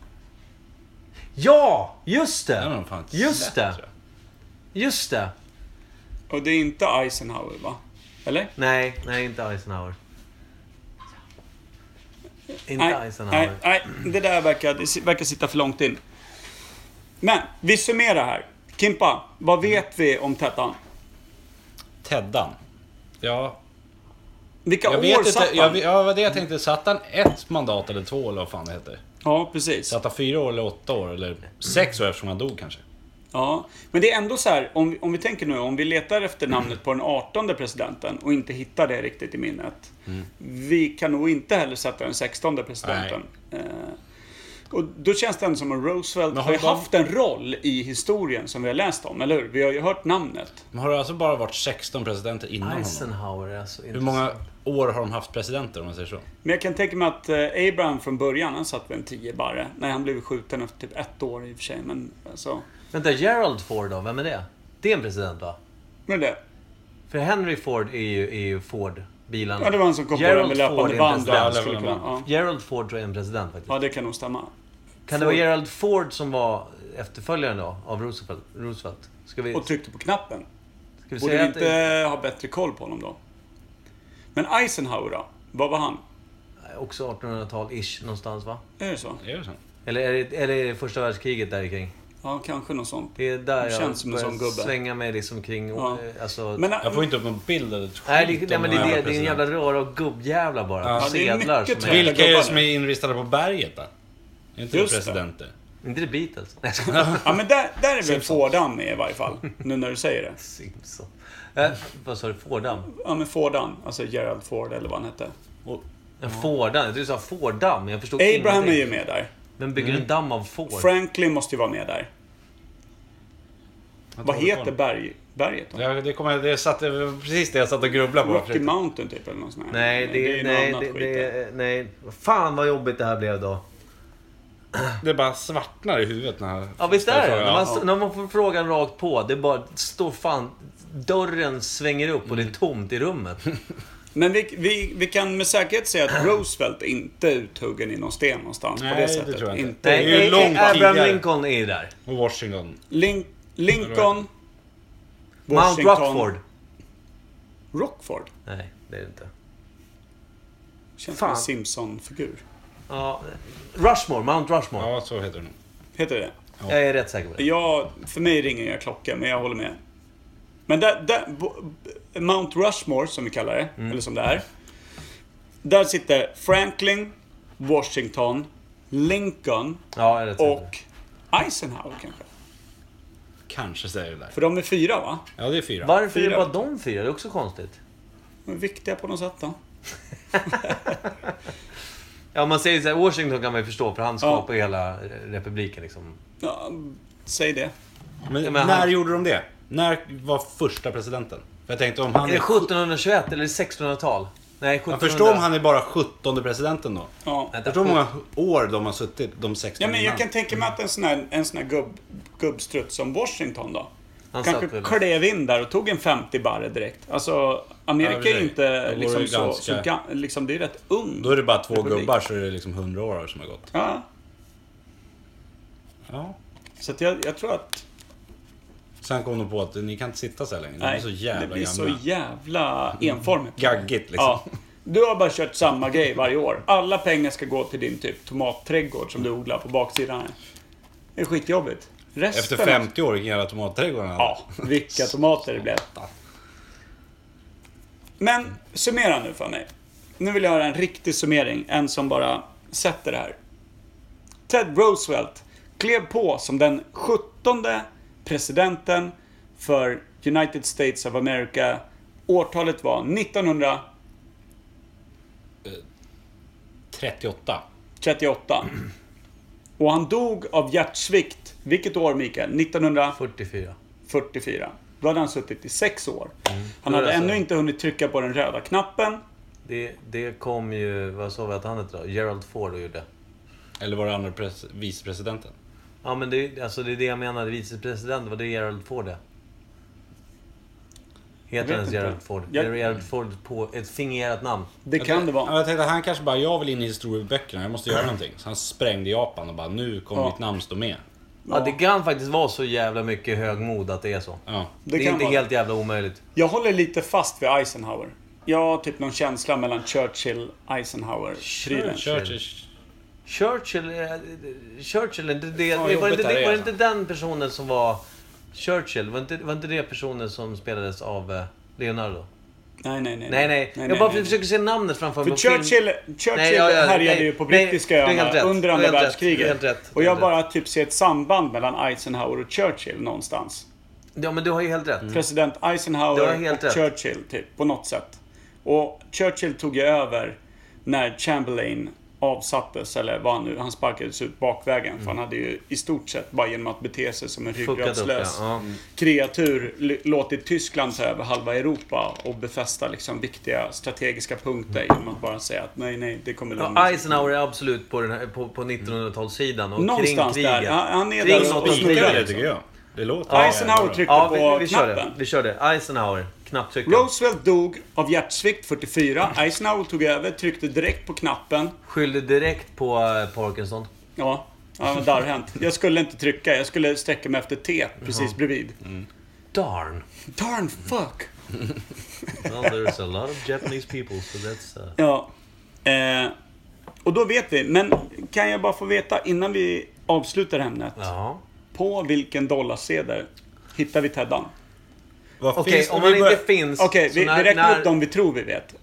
Ja! Just Den har det! de fan inte Just sett, det. tror Just det! Och det är inte Eisenhower, va? Eller? Nej, inte Eisenhower. Inte Eisenhower. nej, det där verkar sitta för långt in. Men, vi summerar här. Kimpa, vad vet vi om Tettan? jag. Teddan. Ja, Vilka jag år vet satt inte. han? Ja, vad det jag tänkte. Satt han ett mandat eller 2 eller vad fan det heter? Ja, precis. Satt han 4 år eller 8 år eller 6 år eftersom han dog kanske? Ja, men det är ändå så här, om vi tänker nu, om vi letar efter namnet på den 18:e presidenten och inte hittar det riktigt i minnet. Vi kan nog inte heller sätta den 16:e presidenten. Och då känns det ändå som att Roosevelt Men har ju har de- haft en roll i historien som vi har läst om, eller hur? Vi har ju hört namnet. Men har det alltså bara varit 16 presidenter innan honom? Eisenhower är alltså Hur många år har de haft presidenter om man säger så? Men jag kan tänka mig att Abraham från början, han satt vid en 10 barre. Nej, han blev skjuten efter typ 1 år i och för sig, men alltså... Vänta, Gerald Ford då? Vem är det? Det är en president va? Men det... För Henry Ford är ju Ford-bilen. Ja, det var han som kom på det med löpande band. president. Han skulle kunna- Ja. Gerald Ford tror jag är en president faktiskt. Ja, det kan nog stämma. Kan det vara Gerald Ford som var efterföljaren då av Roosevelt? Ska vi Och tryckte på knappen. ska vi Borde säga vi att inte ha bättre koll på honom då? Men Eisenhower då? Vad var han? också 1800-tal-ish någonstans va? Är det så? Är det så? Eller är det första världskriget där kring? Ja, kanske något sånt. Det är där Det jag känns som en börjar sån gubbe. svänga mig liksom kring... Ja. Alltså, Men, Jag får inte upp någon bild eller ett nej, skit nej, om men det någon är jävla en jävla president. röra och gubbjävlar bara. Ja, det är Sedlar mycket som trevligt. Vilka är det gubbar som nu. är inristade på berget då? Är inte Just det det. presidenter? Inte det Beatles? Nej, jag skojar. ja, men där är väl Simpsons. Fordham med i varje fall. Nu när du säger det. Simpson. Vad sa du? Fordham? Ja, men Fordham. Alltså Gerald Ford eller vad han hette. En Fordham? Jag trodde du sa Fordham. Jag förstod Abraham är ingenting. ju med där. Men bygger en damm av får? Franklin måste ju vara med där. Vad heter berget då? Ja, det var precis det jag satt och grubblade på. Rocky Mountain typ eller något sånt här. Nej, nej. Fan vad jobbigt det här blev då. Det bara svartnar i huvudet när... Ja, visst är det? Ja. När man får frågan rakt på, det bara står fan... Dörren svänger upp och det är tomt i rummet. Men vi kan med säkerhet säga att Roosevelt inte är uthuggen i någon sten någonstans på det sättet. Det tror jag inte. Inte. Det är ju långt Abraham tidigare. Lincoln är ju där. Och Washington. Lincoln, Mount Washington, Rockford. Rockford? Nej, det är det inte. Känns Fan. som en Simpson-figur. Ja, Rushmore, Mount Rushmore. Ja, så heter det nog. Heter det? Jag är rätt säker på det. Ja, för mig ringer jag klockan, men jag håller med. Men Mount Rushmore, som vi kallar det, eller som det är. Där sitter Franklin, Washington, Lincoln Ja, jag är rätt säker. och Eisenhower kanske. Kanske säger det där. För de är 4, va? Ja, det är 4. Varför är det Fyra. bara de 4? Det är också konstigt. De är viktiga på något sätt då. Ja, man säger så här, Washington kan man ju förstå, för han skapar ju hela republiken liksom. Ja, säg det. Men men när han- gjorde de det? När var första presidenten? För jag tänkte om han Är det 1721 eller 1600-tal? Nej, 1700. Jag förstår om han är bara 17:e presidenten då. Ja. Vänta, Förstår hur många år de har suttit, de 16 Ja, men jag innan. kan tänka mig att en sån här gubbstrutt som Washington då. Han Kanske satt väl- klev in där och tog en 50 barre direkt. Alltså, Amerika Ja, är ju det inte vore liksom ju ganska- liksom, det är rätt ung. Då är det bara 2 republik. gubbar så är det liksom 100 år som har gått. Ja, Ja. så att jag tror att... Sen kom de på att ni kan inte sitta så här länge. Ni är Nej, så jävla det blir gamla. så jävla enformigt. Gaggigt liksom. Ja. Du har bara kört samma grej varje år. Alla pengar ska gå till din typ tomatträdgård som du odlar på baksidan här. Det är skitjobbigt. Resten... Efter 50 år gick hela tomatträdgården. Ja, vilka tomater det blev. Men summera nu för mig. Nu vill jag höra en riktig summering. En som bara sätter det här. Ted Roosevelt klev på som den 17:e presidenten för United States of America. Årtalet var 38. 1938. Och han dog av hjärtsvikt. Vilket år, Mikael? 1944. 44. Då hade han suttit i 6 år. Han Då är hade det ännu så. inte hunnit trycka på den röda knappen. Det kom ju, vad sa vi att han hette då? Gerald Ford och gjorde. Eller var det andra vicepresidenten? Ja, men det är det jag menade, vicepresident, var det Gerald Ford det? Heter vet han inte. Gerald Ford? Jag- Är det Gerald Ford på ett fingerat namn? Det kan det Ja, vara. jag tänkte att han kanske bara, jag vill in i historieböckerna, jag måste göra någonting. Så han sprängde Japan och bara, nu kommer Ja. mitt namn stå med. Ja, det kan faktiskt vara så jävla mycket högmod att det är så. Ja. Det är kan inte vara. helt jävla omöjligt. Jag håller lite fast vid Eisenhower. Jag har typ någon känsla mellan Churchill-Eisenhower-prylen. Churchill. Churchill, inte det, Fan, var jobbigt inte det här det, är, var alltså. inte den personen som var Churchill? Var inte det personen som spelades av Leonardo? Nej. Jag bara försöker se namnet framför mig. För på film. Churchill Nej, ja, härjade nej, ju på nej, brittiska du är helt öarna rätt. under Du är andra helt rätt. världskriget. Du är helt rätt. Och jag bara typ ser ett samband mellan Eisenhower och Churchill någonstans. Ja, men du har ju helt rätt. President Du har Eisenhower helt och rätt. Churchill typ, på något sätt. Och Churchill tog ju över när Chamberlain avsattes, eller vad han nu, han sparkades ut bakvägen. För han hade ju i stort sett bara genom att bete sig som en Fuckat upp, ryggradslös ja. kreatur låtit Tyskland ta över halva Europa och befästa liksom viktiga strategiska punkter genom att bara säga att nej, det kommer lugna Ja, sig. Eisenhower är absolut på, på 1900-talssidan och Någonstans kring där. kriget. Han är Kring där något och och snurrar Det liksom. tycker jag. Det låter Eisenhower tryckte på vi kör knappen. det. Vi kör det. Eisenhower, knapptryckaren. Roosevelt dog av hjärtsvikt 44. Eisenhower tog över, tryckte direkt på knappen. Skyllde direkt på Parkinson. Ja, det har hänt. Jag skulle inte trycka, jag skulle sträcka mig efter T precis bredvid. Darn. Darn fuck! Well, there's a lot of Japanese people, so that's... Ja. Och då vet vi, men kan jag bara få veta innan vi avslutar ämnet. Ja. På vilken dollarsedel hittar vi Teddan? Okej, om man inte finns... Okej, så vi räknar upp dem vi tror vi vet.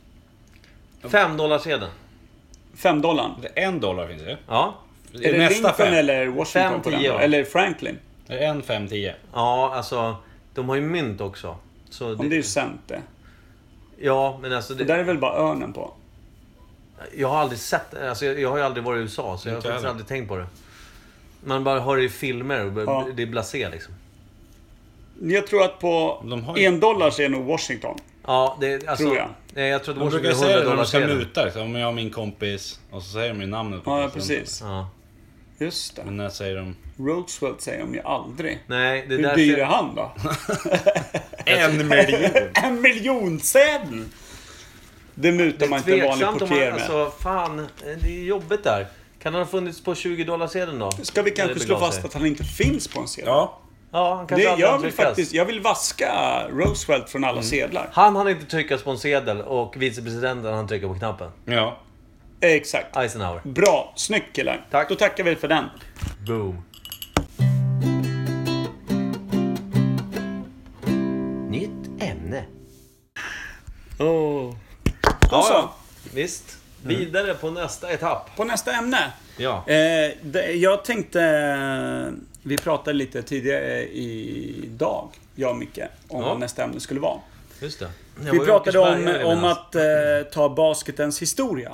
$5 $5. $1 finns det. Ja. Är det Nästa Lincoln 5. eller Washington 5, på den 10, då? va? Eller Franklin? Det är 1, 5, 10. Ja, alltså... De har ju mynt också. Så Om det är ju cent det. Ja, men alltså... Det där är väl bara örnen på? Jag har aldrig sett... Alltså, jag har ju aldrig varit i USA, så jag har Inte faktiskt heller. aldrig tänkt på det. Man bara har det i filmer och Ja. det är blasé liksom. Jag tror att på De har ju- $1 är nog Washington. Ja, det alltså... Tror jag. Nej, jag tror att De Washington brukar är säga det när de $100 ska sedan. muta. Liksom. Om jag har min kompis och så säger de ju namnet på Ja, presidenten. precis. Ja. Just det. Men när säger de... Roosevelt säger de ju aldrig. Nej, det är Hur därför... dyr är han då? 1 miljon! 1 miljonsedeln! Det mutar man inte en vanlig tveksamt om portier man... med. Alltså, fan. Det är jobbigt där. Kan han ha funnits på $20-sedeln då? Ska vi kanske Eller slå begav fast sig? att han inte finns på en sedel? Ja. Ja, han kanske aldrig har tryckats. Jag vill vaska Roosevelt från alla sedlar. Han hann inte tryckas på en sedel och vicepresidenten han trycker på knappen. Ja. Exakt. Eisenhower. Bra. Snyggt killar. Tack. Då tackar vi för den. Boom. Nytt ämne. Oh. Ja, så. ja. Visst. Vidare på nästa etapp. På nästa ämne. Ja. Jag tänkte... Vi pratade lite tidigare idag, jag och Micke, om Ja. vad nästa ämne skulle vara. Just det. Vi pratade om att ta basketens historia.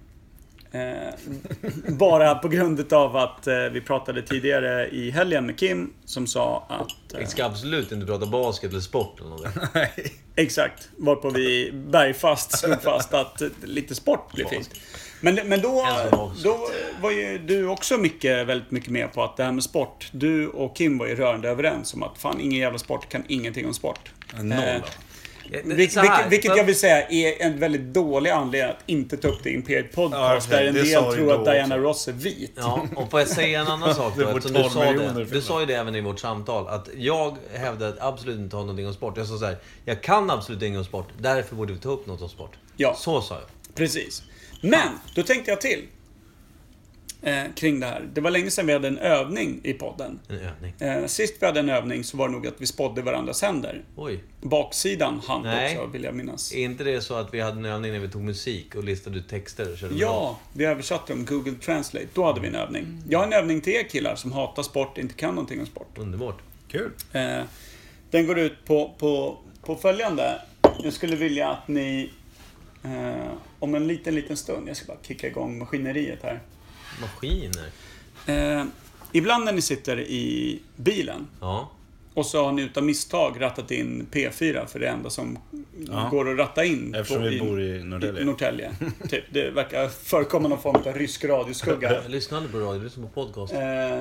Bara på grund av att vi pratade tidigare i helgen med Kim som sa att... Vi ska absolut inte prata basket eller sport eller något. Exakt, varpå vi bergfast slog fast att lite sport blir fint. Men då var ju du också väldigt mycket med på att det här med sport. Du och Kim var ju rörande överens om att fan, ingen jävla sport kan ingenting om sport. Noll. Vilket jag vill säga är en väldigt dålig anledning att inte ta upp det i Imperiet Podcast. Ja, där en det del sa du tror då att Diana också. Ross är vit. Ja, och får jag säga en annan sak Det då, var eftersom du 12 sa miljoner det. för Du sa ju det även i vårt samtal, att jag hävdade att absolut inte ha någonting om sport. Jag sa så här, jag kan absolut inget om sport, därför borde vi ta upp något om sport. Ja. Så sa jag. Precis. Men, då tänkte jag till. Kring det här. Det var länge sedan vi hade en övning i podden. En övning. Sist vi hade en övning så var det nog att vi spådde varandras händer. Oj. Baksidan hand Nej. också, vill jag minnas. Är inte det så att vi hade en övning när vi tog musik och listade ut texter och körde Ja, vi översatte dem Google Translate. Då hade vi en övning. Jag har en övning till er killar som hatar sport, inte kan någonting om sport. Underbart. Kul. Den går ut på följande. Jag skulle vilja att ni om en liten stund, jag ska bara kicka igång maskineriet här. Maskiner. Ibland när ni sitter i bilen Ja. och så har ni utav misstag rattat in P4 för det enda som går att ratta in. Eftersom vi bor i Norrtälje. Norrtälje. Typ. Det verkar förekomma någon form av rysk radioskugga. Jag lyssnar aldrig på radio, jag lyssnar på podcast.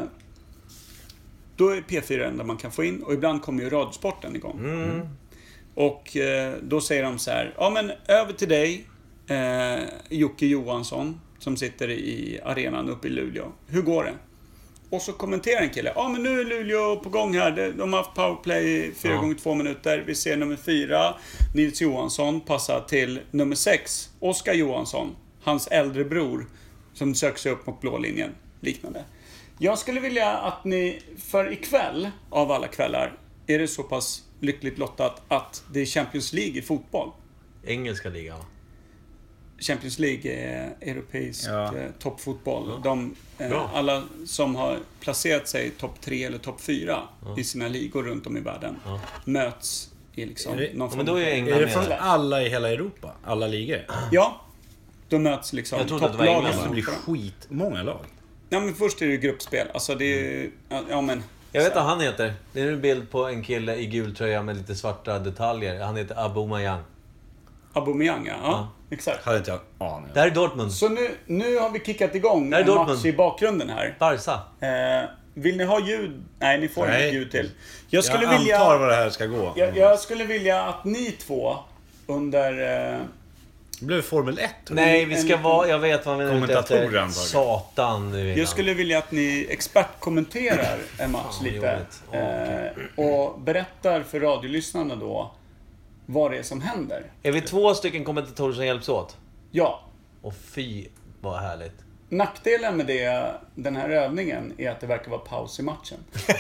Då är P4 det enda man kan få in och ibland kommer ju radiosporten igång. Och då säger de så här: ja men över till dig Jocke Johansson som sitter i arenan uppe i Luleå. Hur går det? Och så kommenterar en kille: ja men nu är Luleå på gång här. De har haft powerplay 4 gånger 2 minuter. Vi ser nummer 4 Nils Johansson passa till nummer 6 Oskar Johansson, hans äldre bror, som söker sig upp mot blå linjen. Liknande. Jag skulle vilja att ni för ikväll, av alla kvällar, är det så pass lyckligt lottat att det är Champions League i fotboll. Engelska ligan. Champions League är europeisk toppfotboll. Bra. Alla som har placerat sig topp 3 eller topp 4 i sina ligor runt om i världen möts i liksom någon form men då är England Är det med från där. alla i hela Europa? Alla ligor? Ja, då möts liksom Jag trodde att det var topplagen. England. Det blir skitmånga lag. Ja, men först är det ju gruppspel. Alltså det är ja men... Jag vet vad han heter. Det är en bild på en kille i gul tröja med lite svarta detaljer. Han heter Aubameyang. Aubameyang, ja. Exakt. Hade inte jag en aning. Det här är Dortmund. Så nu har vi kickat igång Nej, en Dortmund. match i bakgrunden här. Barca. Vill ni ha ljud? Nej, ni får Nej. inget ljud till. Jag Jag skulle antar vilja... vad det här ska gå. Jag skulle vilja att ni två under... Det blev Formel 1. Nej, vi ska vara... Jag vet vad vi är ute Kommentatorer, efter. antagligen. Satan, du vet. Jag skulle vilja att ni expertkommenterar en match Fan, lite. jobbigt. Okej. Och berättar för radiolyssnarna då vad det är som händer. Är vi 2 stycken kommentatorer som hjälps åt? Ja, Och fy, vad härligt. nackdelen med den här övningen är att det verkar vara paus i matchen.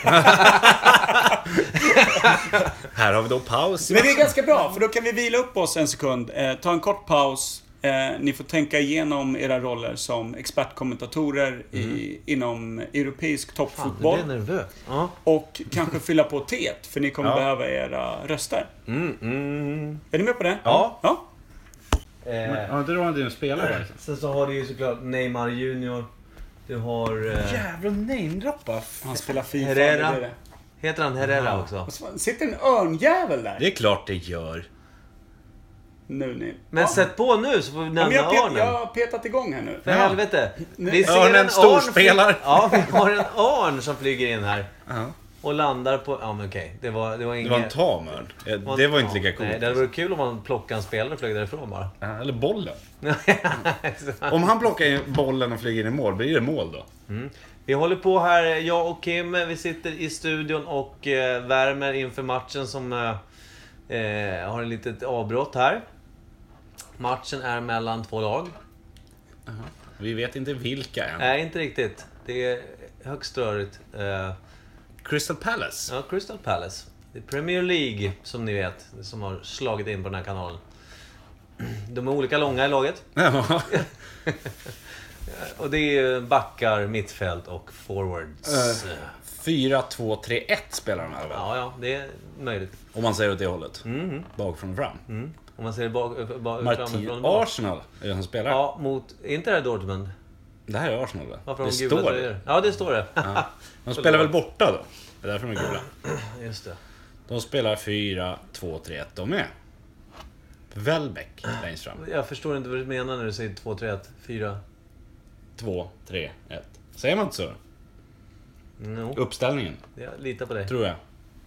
Här har vi då paus. Men det är ganska bra, för då kan vi vila upp oss en sekund. Ta en kort paus. Ni får tänka igenom era roller som expertkommentatorer inom europeisk Fan, toppfotboll. du blir nervös. Ja. Och kanske fylla på teet, för ni kommer behöva era röster. Är ni med på det? Ja. Ja. Ja, inte då dina spelare. Sen så har du ju såklart Neymar Junior. Du har... Jävla namedroppa. Han spelar FIFA. Herrera. det är det. Heter han Herrera också? Sitter en örnjävel där? Det är klart det gör. Nu ni. Men sätt på nu så får vi nämna jag örnen. har petat igång här nu. För helvete. Vi ser Örnen en storspelar. Ja, vi har en örn som flyger in här. Ja. Och landar på... Ja, men okej. Det var Det var inget... en tamörn. Det var inte lika coolt. Nej, det hade varit kul om man plockade en spelare och flög därifrån bara. Ja, eller bollen. Om han plockar in bollen och flyger in i mål, blir det mål då? Vi håller på här, jag och Kim, vi sitter i studion och värmer inför matchen som har en litet avbrott här. Matchen är mellan 2 lag. Vi vet inte vilka än. Nej, inte riktigt. Det är högst rörigt. Crystal Palace. Ja, Crystal Palace. Det är Premier League, som ni vet, som har slagit in på den här kanalen. De är olika långa i laget. Ja. Och det är backar, mittfält och forwards. 4-2-3-1 spelar de här väl? Ja, det är möjligt. Om man säger åt det hållet. Bakifrån och fram. Om man ser Martin Arsenal är det som spelar. Ja, mot... Är inte det här Dortmund? Det här är Arsenal va? Varför Det har de gula står tröjor? det. Ja, det står det. Ja. De spelar väl borta då? Det är därför de är gula. Just det. De spelar 4-2-3-1 de med. Welbeck längst fram. Jag förstår inte vad du menar när du säger 2-3-1. 4. 2-3-1. Säger man inte så? No. Uppställningen, Jag litar på dig. tror jag.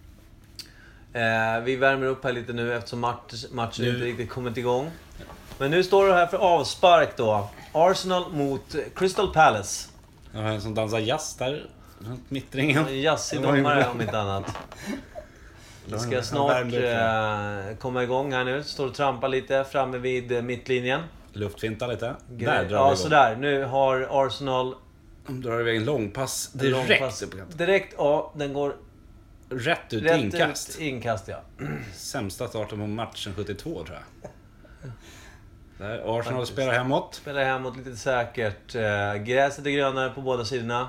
Vi värmer upp här lite nu eftersom matchen inte riktigt kommit igång. Men nu står det här för avspark då. Arsenal mot Crystal Palace. Jag har en som dansar jazz där runt mittringen. En jazzig Det var ju domare bra. om inte annat. Vi ska Han snart värmde upp komma igång här nu. Står och trampar lite framme vid mittlinjen. Luftfinta lite. Där drar vi Ja, igång. sådär. Nu har Arsenal De drar iväg en långpass en direkt långpass. upp på kanten. Direkt, ja. Den går Rätt ut rätt inkast. ut. Inkast, ja. Sämsta starten på matchen 72 tror jag. Där Arsenal spelar hemåt. Spelar hemåt lite säkert. Gräset är grönare på båda sidorna.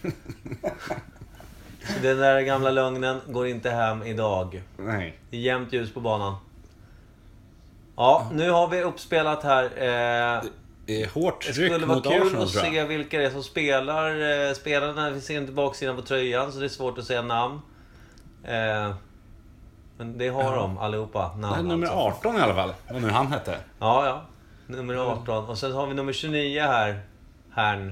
Så den där gamla lögnen går inte hem idag. Nej. Det är jämnt ljus på banan. Ja, nu har vi uppspelat här. Det är hårt Det tryck skulle vara mot kul Arsenal att tror jag. se vilka det är som spelar. Spelarna, vi ser inte baksidan på tröjan så det är svårt att säga namn. Men det har de allihopa. Det är Namn, nummer alltså. 18 i alla fall. Vad nu han hette. Ja. Nummer 18. Och sen har vi nummer 29 här. Härn.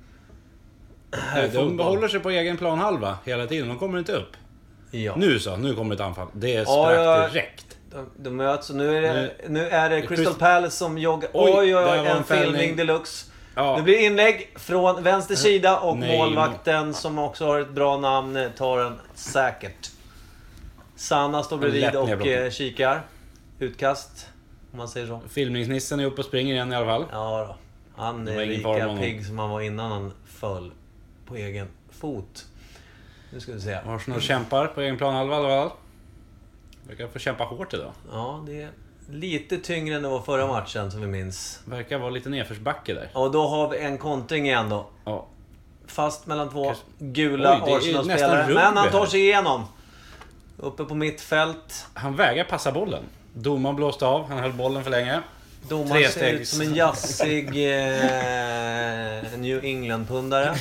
De behåller sig på egen planhalva hela tiden. De kommer inte upp. Ja. Nu kommer ett anfall. Det Ja, sprack direkt. De möts och nu är det Crystal Palace som joggar. Oj, Oj, där var en en fällning. filmning deluxe. Ja. Det blir inlägg från vänster sida och Nej, målvakten som också har ett bra namn tar den säkert. Sanna står bredvid Lätt och nedblockad. kikar. Utkast, om man säger så. Filmningsnissen är uppe och springer igen i alla fall. Ja då. Han Det är var ingen fara med lika honom. pigg som han var innan han föll på egen fot. Nu ska vi se. Arsenal kämpar på egen planhalva i alla fall. Verkar få kämpa hårt idag. Ja, det är lite tyngre än det var förra matchen som vi minns. Verkar vara lite nedförsbacke där. Och då har vi en kontring igen då. Ja. Fast mellan två gula Oj, det är Arsenal-spelare. nästan Men han rugby tar här. sig igenom. Uppe på mittfält. Han vägrar passa bollen. Domaren blåste av. Han höll bollen för länge. Domaren ser Trestegs. ut som en jazzig New England-pundare.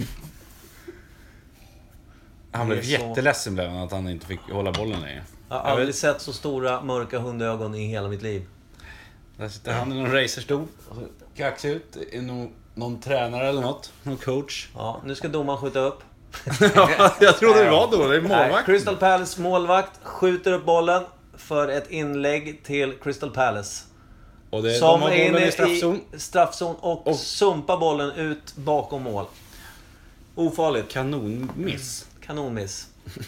Han blev Det är så. jätteledsen blev han att han inte fick hålla bollen längre. Jag har aldrig sett så stora mörka hundögon i hela mitt liv. Där sitter han i någon racerstol och så kaxar ut. Det är nog någon tränare eller något. Någon coach. Ja, nu ska domaren skjuta upp. Jag trodde det var då. Det är Nej, målvakt. Crystal Palace målvakt skjuter upp bollen för ett inlägg till Crystal Palace. Och det, Som de har är bollen inne i straffzon. i straffzon och sumpar bollen ut bakom mål. Ofarligt. Kanonmiss. Kanonmiss.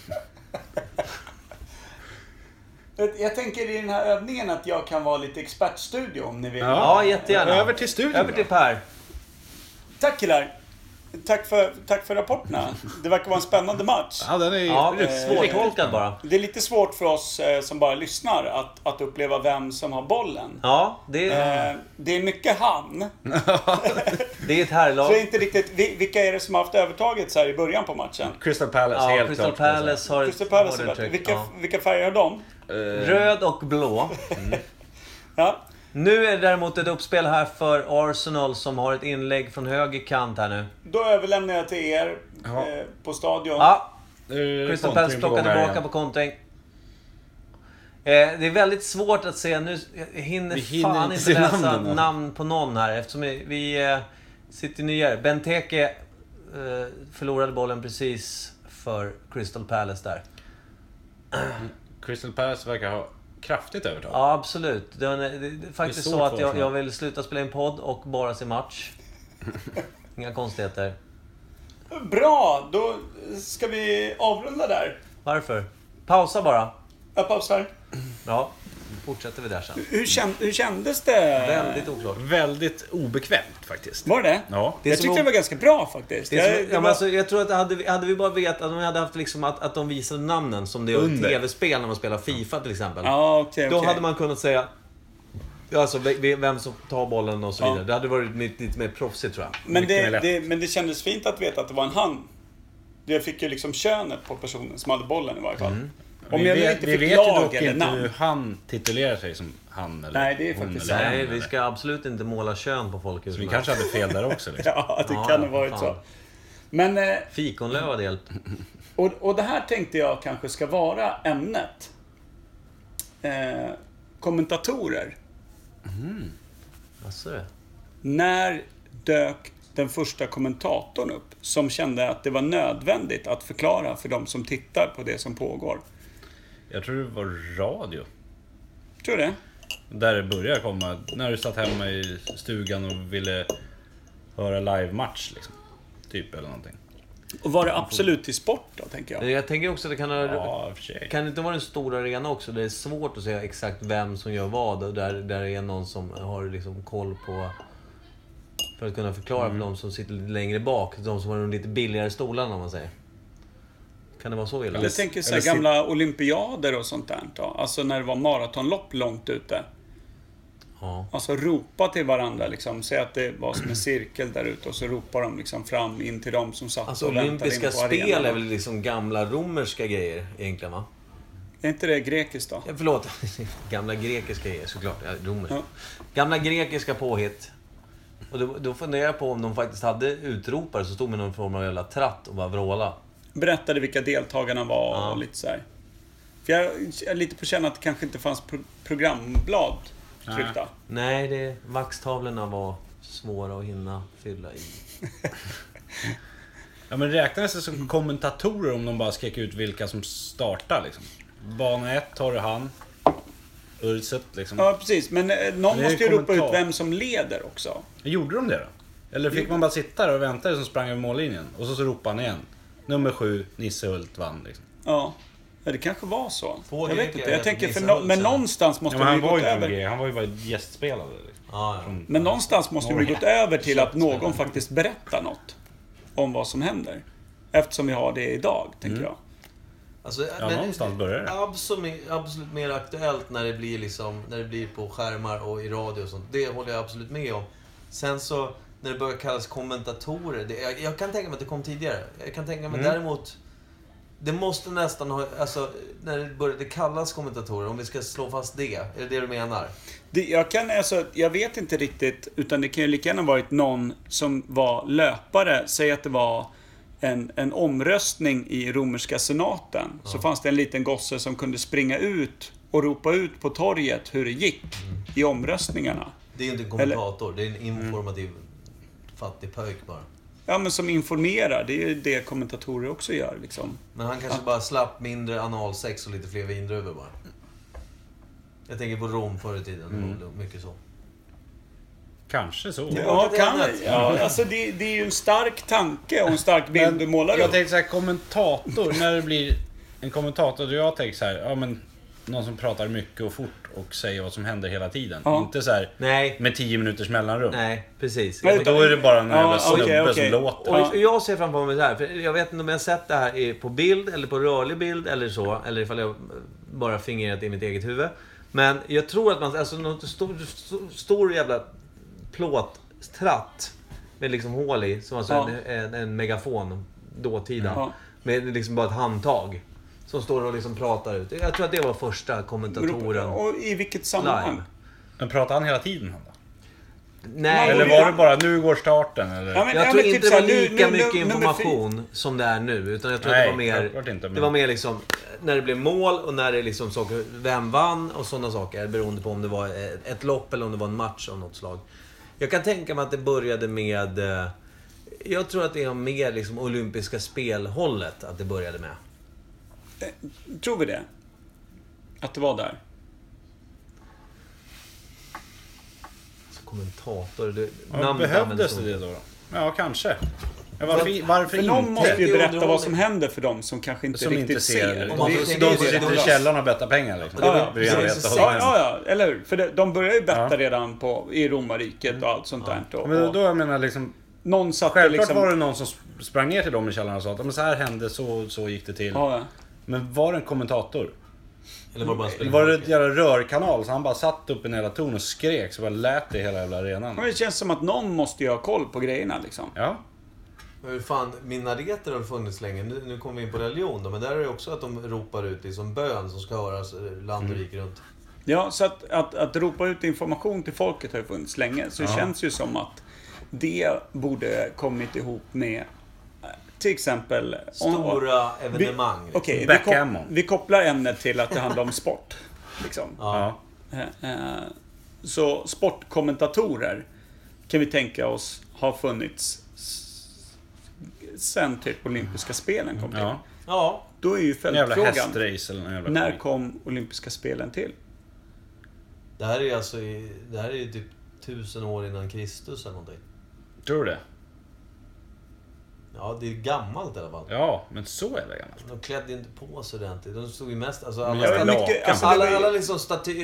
Jag tänker i den här övningen att jag kan vara lite expertstudio om ni vill. Ja, jättegärna. Över till studion. Över till Per. Tack killar. Tack för rapporterna. Det verkar vara en spännande match. Ja, den är Ja, riktigt- svårtolkad bara. Det är lite svårt för oss som bara lyssnar att uppleva vem som har bollen. Ja, det är Det är mycket han. ett Så herrlag. det är inte riktigt, vilka är det som har haft övertaget så här i början på matchen? Crystal Palace, Ja, helt Crystal klart. ska jag säga. Palace har Crystal Palace har är det bättre. tryck, ja. Vilka färger har de? Röd och blå. Ja. Nu är det däremot ett uppspel här för Arsenal som har ett inlägg från höger kant här nu. Då överlämnar jag till er Ja. på stadion. Ja, Crystal Palace plockar tillbaka på kontring. Det är väldigt svårt att se. Nu hinner fan inte läsa namn på någon här. Eftersom vi sitter nya. Benteke förlorade bollen precis för Crystal Palace där. Crystal Palace verkar ha kraftigt övertag. Ja, absolut. Det är faktiskt så att jag vill sluta spela in podd och bara se match. Inga konstigheter. Bra, då ska vi avrunda där. Varför? Pausa bara. Jag pausar. Ja, fortsätter vi där sen. Hur kändes det? Väldigt oklart. Väldigt obekvämt faktiskt. Var det? Ja. Jag tyckte det var ganska bra faktiskt. Jag tror att hade vi bara vetat att de hade haft liksom att de visade namnen som det gör i tv-spel när man spelar FIFA till exempel. Ja, okej. Då hade man kunnat säga alltså vem som tar bollen och så vidare. Det hade varit lite mer proffsigt tror jag. Men det kändes fint att veta att det var en han. Jag fick ju liksom könet på personen som hade bollen i varje fall. Om jag nu inte vi fick vet ju lag dock eller inte namn. hur han titulerar sig som han eller Nej, det är hon faktiskt eller Nej, hen, vi eller. ska absolut inte måla kön på folk. Så vi kanske hade fel där också. Liksom. Ja, det kan ha varit fan. så. Men, Fikonlöv hade hjälpt. och det här tänkte jag kanske ska vara ämnet. Kommentatorer. Alltså det. När dök den första kommentatorn upp som kände att det var nödvändigt att förklara för de som tittar på det som pågår? Jag tror det var radio. Tror du det? Där det började komma. När du satt hemma i stugan och ville höra live-match liksom. Typ eller någonting. Och var det absolut till sport då, tänker jag? Jag tänker också att det kan ha... Ja, för sig. Kan det inte vara en stor arena också? Det är svårt att säga exakt vem som gör vad. Och där är någon som har liksom koll på... För att kunna förklara för de som sitter lite längre bak. De som har de lite billigare stolarna om man säger. Kan det vara så illa? Jag tänker så här gamla olympiader och sånt där då. Alltså när det var maratonlopp långt ute. Ja. Alltså ropa till varandra liksom. Säg att det var som en cirkel där ute och så ropar de liksom fram in till dem som satt Alltså och väntade in olympiska på arenan. spel är väl liksom gamla romerska grejer egentligen va? Är inte det grekiskt då? Ja, förlåt. Gamla grekiska grejer såklart. Ja, romerska. Ja. Gamla grekiska påhitt. Och då funderar jag på om de faktiskt hade utropare så stod med någon form av jävla tratt och bara vråla. Berättade vilka deltagarna var och lite så här. För jag är lite på känn att det kanske inte fanns programblad tryckta. Nej, vaxtavlorna var svåra att hinna fylla i. Ja, men räknas det som kommentatorer om de bara skrek ut vilka som startar liksom? Bana 1 har du han. Urset liksom. Ja, precis. Men någon är måste ju ropa ut kommentar. vem som leder också. Gjorde de det då? Eller fick man bara sitta där och vänta det som sprang över mållinjen? Och så ropade han igen. Nummer 7, Nisse Hult vann liksom. Ja, det kanske var så. Få Jag vet greker inte. Jag tänker Nisse för Hult men sen. någonstans måste Ja, men vi han var gått ju över. han var ju bara gästspelare liksom. Ja. Men någonstans måste vi gått över till att någon faktiskt berättar något om vad som händer. Eftersom vi har det idag, tänker jag. Alltså, Ja, någonstans börjar det. Absolut mer aktuellt när det blir på skärmar och i radio och sånt. Det håller jag absolut med om. Sen så när det börjar kallas kommentatorer, jag kan tänka mig att det kom tidigare. Jag kan tänka mig däremot det måste nästan ha, alltså när det började kallas kommentatorer, om vi ska slå fast det, är det du menar? Jag vet inte riktigt, utan det kan ju lika gärna varit någon som var löpare. Säg att det var en omröstning i romerska senaten. Så fanns det en liten gosse som kunde springa ut och ropa ut på torget hur det gick i omröstningarna. Det är ju inte en kommentator, det är en informativ fattig pöjk bara. Ja, men som informerar. Det är ju det kommentatorer också gör liksom. Men han kanske bara slapp mindre analsex och lite fler vindruvor bara. Jag tänker på Rom förr i tiden, det var mycket så. Kanske så. Alltså det är ju en stark tanke och en stark bild du målar Jag upp. tänkte så här, kommentator, när det blir en kommentator, då jag tänker så här, ja men någon som pratar mycket och fort och säger vad som händer hela tiden. Ja. Inte så här Nej. med 10 minuters mellanrum. Nej, precis. Och då är det bara en jävla snubbe okej. som låter. Och jag ser framför mig så här, för jag vet inte om jag sett det här på bild eller på rörlig bild eller så, eller ifall jag bara fingerat i mitt eget huvud. Men jag tror att man, alltså något stor jävla plåttratt med liksom hål i, som alltså en megafon dåtida. Ja. Med liksom bara ett handtag som står och liksom pratar ut. Jag tror att det var första kommentatoren. Och i vilket sammanhang? Live. Men pratar han hela tiden han då? Nej, Eller var det bara nu går starten? Eller? Ja, men- jag tror men inte typ det var så här, lika nu- mycket nummer information som det är nu. Utan jag tror Nej, att det var mer... självklart inte, men- Det var mer liksom när det blev mål och när det liksom saker, vem vann och sådana saker. Beroende på om det var ett lopp eller om det var en match av något slag. Jag kan tänka mig att det började med... Jag tror att det är mer liksom olympiska spelhållet att det började med. Tror vi det? Att det var där? Kommentator... Det, Ja, namn behövdes används det då? Ja, kanske. Ja, För varför någon inte? måste ju Det är berätta vad som underhållning. händer för dem som kanske inte Som riktigt inte ser. Om man De får som tänka det, sitter i det- källaren och bettar pengar liksom. Ja, ja, Vill gärna precis. veta vad som händer. Ja, eller hur? För de börjar ju betta Ja. redan i romarriket och allt sånt där. Och, Men då jag menar liksom... någon satte Självklart liksom... var det någon som sprang ner till dem i källaren och sa att men så här hände, så gick det till. Ja, ja. Men var det en kommentator? Eller var det bara Eller spel? var det ett jävla rörkanal så han bara satt upp i en hela ton och skrek så bara lät det i hela jävla arenan? Men det känns som att någon måste ju ha koll på grejerna liksom. Ja. Hur fan, minareter har funnits länge. Nu kommer vi in på religion då, men där är det också att de ropar ut liksom bön som ska höras land och rik runt. Ja, så att ropa ut information till folket har ju funnits länge. Så det känns ju som att det borde kommit ihop med till exempel... Stora evenemang. liksom. Okej, Backgammon. vi kopplar ämnet till att det handlar om sport. Liksom. Ja. Så sportkommentatorer kan vi tänka oss har funnits sen typ olympiska spelen kom till. Ja. Ja. Då är ju En jävla följdfrågan, hästrace eller en jävla när skit. kom olympiska spelen till? Det här är ju alltså det här är ju typ 1000 år innan Kristus eller någonting. Tror du det? Ja, det är ju gammalt i alla fall. Ja, men så är det gammalt. De klädde ju inte på sig ordentligt. De stod ju mest... Alltså, Men alla, jag är mycket- lakan. alltså, det var ju- alla liksom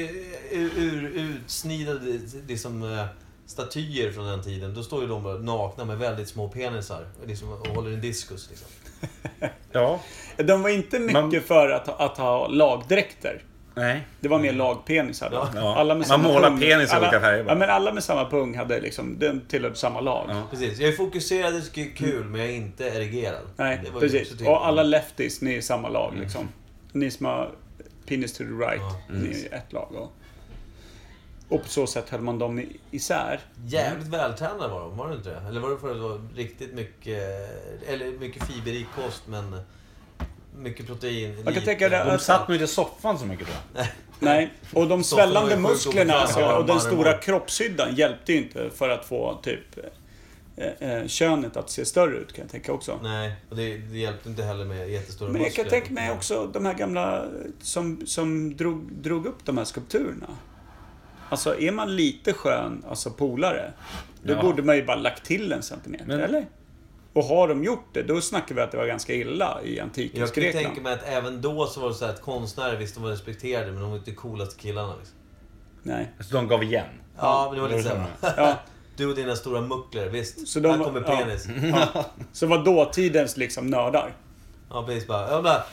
utsnidade liksom, statyer från den tiden. Då står ju de bara nakna med väldigt små penisar. Liksom, och håller en diskus liksom. Ja. De var inte mycket för att ha lagdräkter. Nej. Det var mer lagpenisar. Ja. Ja. Alla med Man samma målar pung. penis i alla, olika färger bara. Ja, men alla med samma pung hade liksom, den tillhörde samma lag. Ja. Precis. Jag är fokuserad, det är kul, men jag är inte erigerad. Nej, Det var ju också precis. tydligt. Och alla lefties, ni är i samma lag liksom. Ni som har penis to the right, Ja. ni är i ett lag. Och på så sätt höll man dem isär. Jävligt vältränade var det inte det? Eller var det för att det var riktigt mycket... Eller mycket fiberrik kost, men... Mycket protein. Man kan lite- tänka det- De satt nog inte i soffan så mycket tror jag. Nej, och de Så får man svällande ju sjukt musklerna ofräsa och den armar stora och- kroppshyddan hjälpte ju inte för att få typ könet att se större ut kan jag tänka också. Nej, och det hjälpte inte heller med jättestora Men jag kan muskler. tänka mig också de här gamla som drog upp de här skulpturerna. Alltså är man lite skön, alltså polare, då Ja. borde man ju bara lagt till en centimeter, Men- eller? Och har de gjort det, då snackar vi att det var ganska illa i antikens Jag kan ju Grekland. tänka mig att även då så var det så här att konstnärer, visst de var respekterade, men de var inte de coolaste killarna liksom. Nej. Så de gav igen. Ja, men det var lite såhär. Ja, Du och dina stora muckler, visst. Så de här var- kommer ja. penis. ja. Så var dåtidens liksom nördar. Ja, precis bara. Jag bara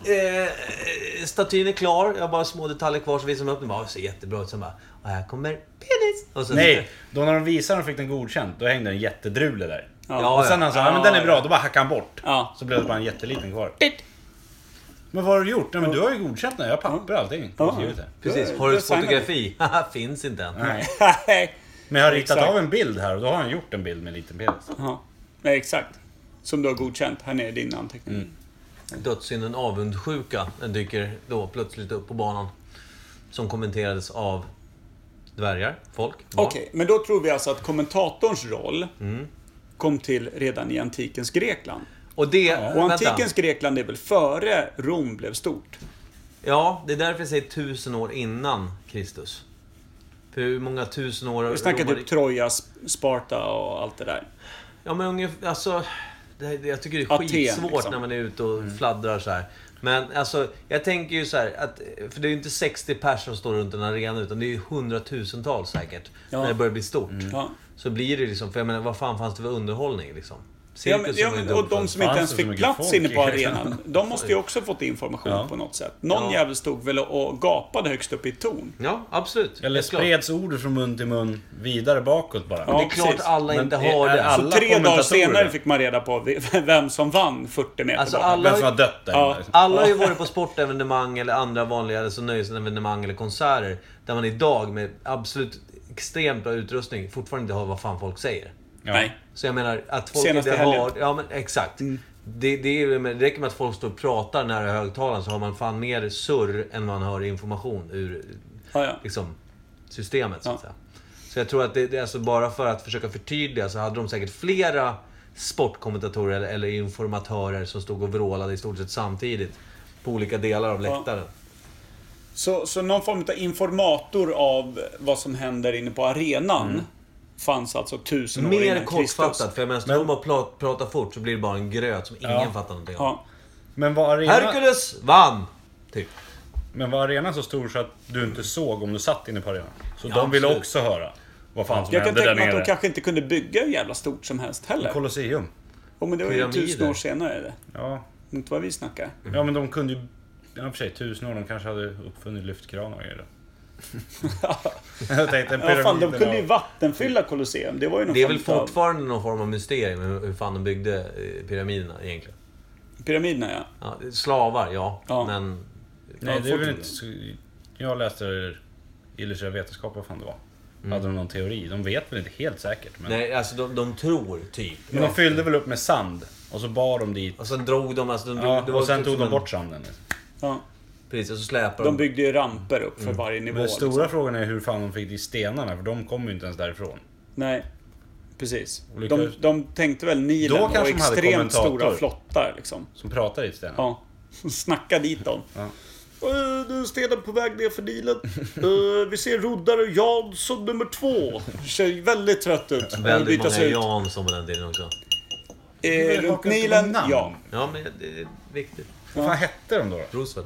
statyn är klar, jag har bara små detaljer kvar så visar de upp den. Bara, ser jättebra ut. Sen bara, och här kommer penis. Och sen, Nej, då när de visade och fick den godkänt, då hängde en jättedrule där. Ja, Och sen när han sa, ja men den är bra, då bara hackade han bort. Ja. Så blev det bara en jätteliten kvar. Men vad har du gjort? Nej men du har ju godkänt den, jag har papper och allting. Ja. Skrivit det. Precis, har du ett fotografi? Haha, finns inte än. Nej. Nej. Men jag har ritat Exakt. av en bild här och då har han gjort en bild med en liten penis. Ja. Nej, exakt. Som du har godkänt. Här nere är din anteckning. Mm. Dödssynden avundsjuka, den dyker då plötsligt upp på banan. Som kommenterades av dvärgar, folk. barn. Okej, men då tror vi alltså att kommentatorns roll Mm. kom till redan i antikens Grekland. Och det... Och vänta. antikens Grekland är väl före Rom blev stort? Ja, det är därför jag säger 1000 år innan Kristus. För hur många tusen år... Vi snackar romar- typ Troja, Sparta och allt det där. Ja, men ungefär... Alltså... Jag tycker det är Aten, skitsvårt liksom. när man är ute och fladdrar så här. Men alltså, jag tänker ju så här att... För det är ju inte 60 personer som står runt en arena, utan det är ju 100,000-tals säkert. Ja. När det börjar bli stort. Ja. Så blir det liksom... För jag menar, vad fan fanns det för underhållning liksom? Ja, men, Cirkusen var ju och dum de för- som inte Fanns ens det så fick mycket plats folk inne på i Grekland? arenan, de måste ju också fått information Ja. på något sätt. Någon Ja. jävel stod väl och gapade högst upp i torn. Ja, absolut. Eller Helt klart. spreds ordet från mun till mun vidare bakåt bara. Ja. Det är klart precis. alla Men inte är- har är det. alla Så 3 dagar kommentatorer senare där? fick man reda på vem som vann 40 meter Alltså, bort. alla- Vem som har dött där. Ja. Liksom. Alla har ju varit på sportevenemang eller andra vanliga alltså nöjesevenemang eller konserter. Där man idag med absolut extremt bra utrustning fortfarande inte hör vad fan folk säger. Ja. Nej. Så jag menar att folk Senaste inte helgen. har... Ja men exakt. Det räcker med att folk står och pratar nära högtalaren så har man fan mer surr än man hör information ur Ja. liksom, systemet så att Ja. säga. Så jag tror att det är alltså bara för att försöka förtydliga så hade de säkert flera sportkommentatorer eller informatörer som stod och vrålade i stort sett samtidigt på olika delar av läktaren. Så någon form av informator av vad som händer inne på arenan fanns alltså 1000 år Mer innan Kristus. kortfattat, för jag menar, om man pratar fort så blir det bara en gröt som ingen fattar någonting om. Ja. Men var arenan... Hercules vann! Typ. Men var arenan så stor så att du inte såg om du satt inne på arenan? Så Ja, de ville absolut. också höra vad fan som Jag kan hände där tänka mig att nere. de kanske inte kunde bygga hur jävla stort som helst heller. Colosseum. Oh, men det var ju Pyramider. 1000 år senare det. Ja. Mot vad vi snackar. Ja, men de kunde ju... Ja, för sig, 1000 år. De kanske hade uppfunnit lyftkranar och grejer. Jag tänkte en Ja, fan, de pyramid kunde ju av- vattenfylla Colosseum. Det var ju någon Det är väl form av... fortfarande någon form av mysterium hur fan de byggde pyramiderna egentligen. Pyramiderna, ja. Ja, slavar, ja. Ja. Men... Nej, det är väl fortfarande. inte... så- Jag läste illustrerad vetenskap, vad fan det var. Hade de någon teori? De vet väl inte helt säkert. Men, Nej, alltså de tror typ. men de fyllde väl upp med sand. Och så bar de dit. Och sen drog de, alltså de drog, Ja, det var och sen typ tog som de en- bort sanden. Ja. Precis, och så släpade De byggde ju ramper upp för varje nivå. Men den stora liksom. frågan är hur fan de fick dit stenarna. För de kommer ju inte ens därifrån. Nej, precis. Och lyckades- De tänkte väl Nilen Då och kanske de hade extremt kommentator. stora flottar liksom. Som pratar dit stenarna. Ja. Snacka dit dem. Ja. Du är stenen på väg ner för Nilen. Vi ser roddare Jansson nummer 2. Ser väldigt trött ut. väldigt Bytas många ut. Jansson på den tiden också. Runt Hakar upp Nilen, namn. ja. Ja, men det är viktigt. Vad fan hette de då? Roosevelt.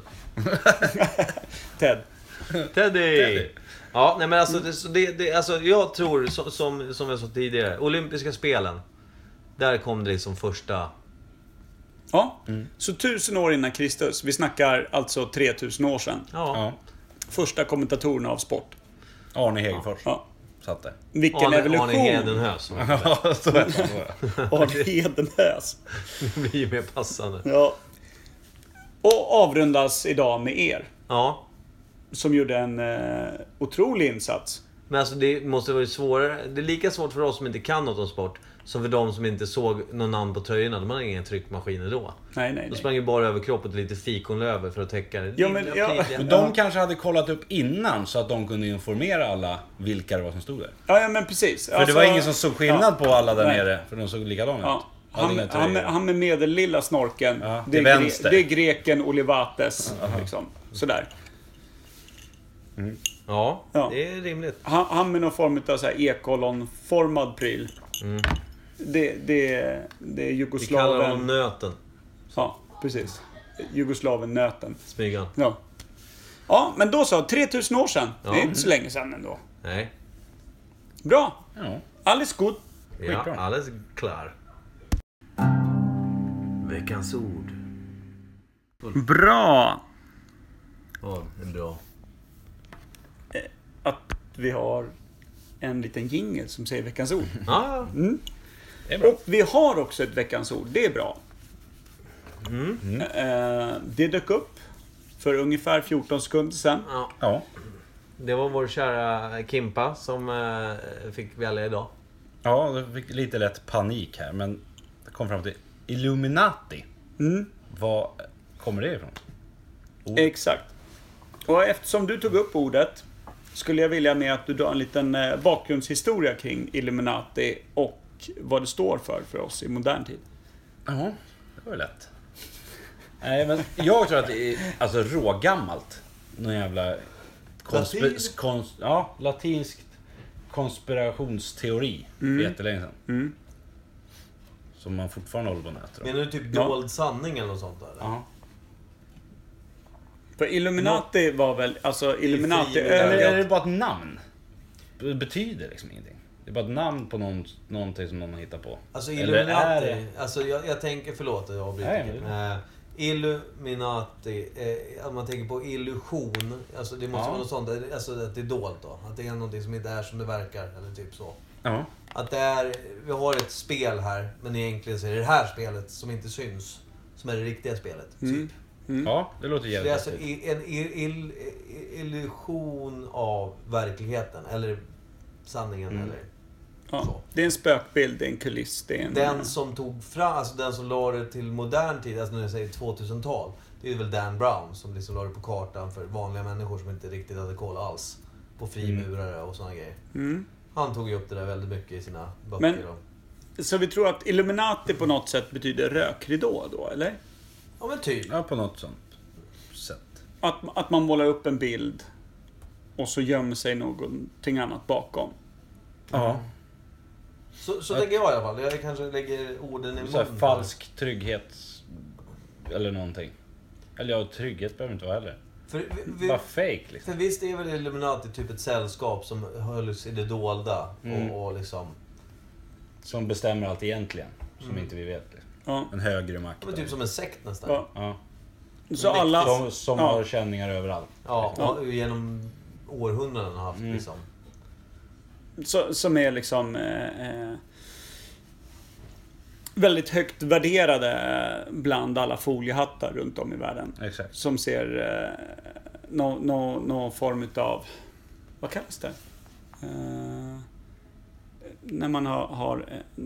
Ted. Teddy! Ja, nej men alltså, alltså jag tror, som jag sa tidigare, olympiska spelen. Där kom det liksom första... Ja. Så 1000 år innan Kristus. Vi snackar alltså 3000 år sedan. Ja. Ja. Första kommentatorerna av sport. Arne Hegerfors. Ja. Satt där. Vilken evolution. Arne Hedenhös. Ja, så hette han. Arne Hedenhös. Det blir mer passande. Ja. Och avrundas idag med er. Ja. Som gjorde en otrolig insats. Men alltså det måste vara svårare. Det är lika svårt för oss som inte kan något om sport som för de som inte såg någon namn på tröjorna. De hade inga tryckmaskiner då. Nej, De nej. sprang ju bara över kroppen till lite fikonlöver för att täcka det. Ja, men lilla ja. prydliga. Men de kanske hade kollat upp innan så att de kunde informera alla vilka det var som stod där. Ja, men precis. För det var ingen som såg skillnad på alla där Nej. nere. För de såg likadana Ja. ut. Hade inga tröjor. Han med medellilla snorken. Ja, det, till vänster. det är greken Olivates. Liksom. Sådär. Ja, Ja. det är rimligt. Han med någon form av så här ekollonformad pryl. Det är Vi kallar honom Jugoslaven. nöten. Ja, precis. Jugoslaven-nöten. Smygan. Ja. Ja, men då så. 3000 år sedan. Ja. Det är inte så länge sedan ändå. Nej. Bra. Ja. Alles gut. Ja, Skitbra. alldeles klar. Veckans ord. Bra Ja, det är bra. att vi har en liten jingle som säger veckans ord. Ja, Det är bra. Och vi har också ett veckans ord. Det är bra. Det dök upp för ungefär 14 sekunder sedan. ja. Ja. Det var vår kära Kimpa som fick välja idag. Ja, det fick lite lätt panik här. Men jag kom fram till Illuminati. Vad kommer det ifrån? Exakt. Och eftersom du tog upp ordet skulle jag vilja med att du drar en liten bakgrundshistoria kring Illuminati och vad det står för oss i modern tid. Ja, det var lätt. Nej, men jag tror att det är alltså rågammalt. Någon jävla latinskt konspirationsteori för jättelänge sedan. Som man fortfarande håller på och nöter om. Menar du typ dold sanning eller något sånt där? Ja. För Illuminati var väl, alltså Illuminati Eller är det ögat. bara ett namn? Det betyder liksom ingenting. Det är bara ett namn på någonting som någon har hittat på. Alltså Eller Illuminati, är det- alltså jag tänker, förlåt jag avbryter. Nej, Illuminati, om man tänker på illusion, alltså det måste Ja. vara något sånt, alltså att det är dolt då. Att det är någonting som inte är som det verkar, eller typ så. Ja. Att det är, vi har ett spel här, men egentligen så är det här spelet som inte syns, som är det riktiga spelet. Typ. Ja, det låter Det är jävligt alltså häftigt. en illusion av verkligheten, eller sanningen eller Ja. så. Det är en spökbild, det är en kuliss, det är en... Den som tog fram, alltså den som la det till modern tid, alltså när jag säger 2000-tal, det är väl Dan Brown som liksom la det på kartan för vanliga människor som inte riktigt hade koll alls på frimurare och såna grejer. Han tog ju upp det där väldigt mycket i sina böcker. Men, så vi tror att Illuminati på något sätt betyder rökridå då, eller? Ja men typ. Ja, på något sånt sätt. Att man målar upp en bild och så gömmer sig någonting annat bakom. Ja. Så tänker jag i alla fall. Jag kanske lägger orden i Så här, mun. falsk trygghet eller någonting. Eller ja, trygghet behöver inte vara heller. Bara fake liksom. För visst är väl Illuminati typ ett sällskap som hölls i det dolda och liksom... Som bestämmer allt egentligen. Som inte vi vet. Liksom. Ja. En högre makt. Men typ som en sekt nästan. Ja. Ja. Så alla... Som Ja. har känningar överallt. Ja, och genom århundraden har haft liksom... Som är liksom väldigt högt värderade bland alla foliehattar runt om i världen. Exakt. Som ser någon form utav, vad kallas det? När man har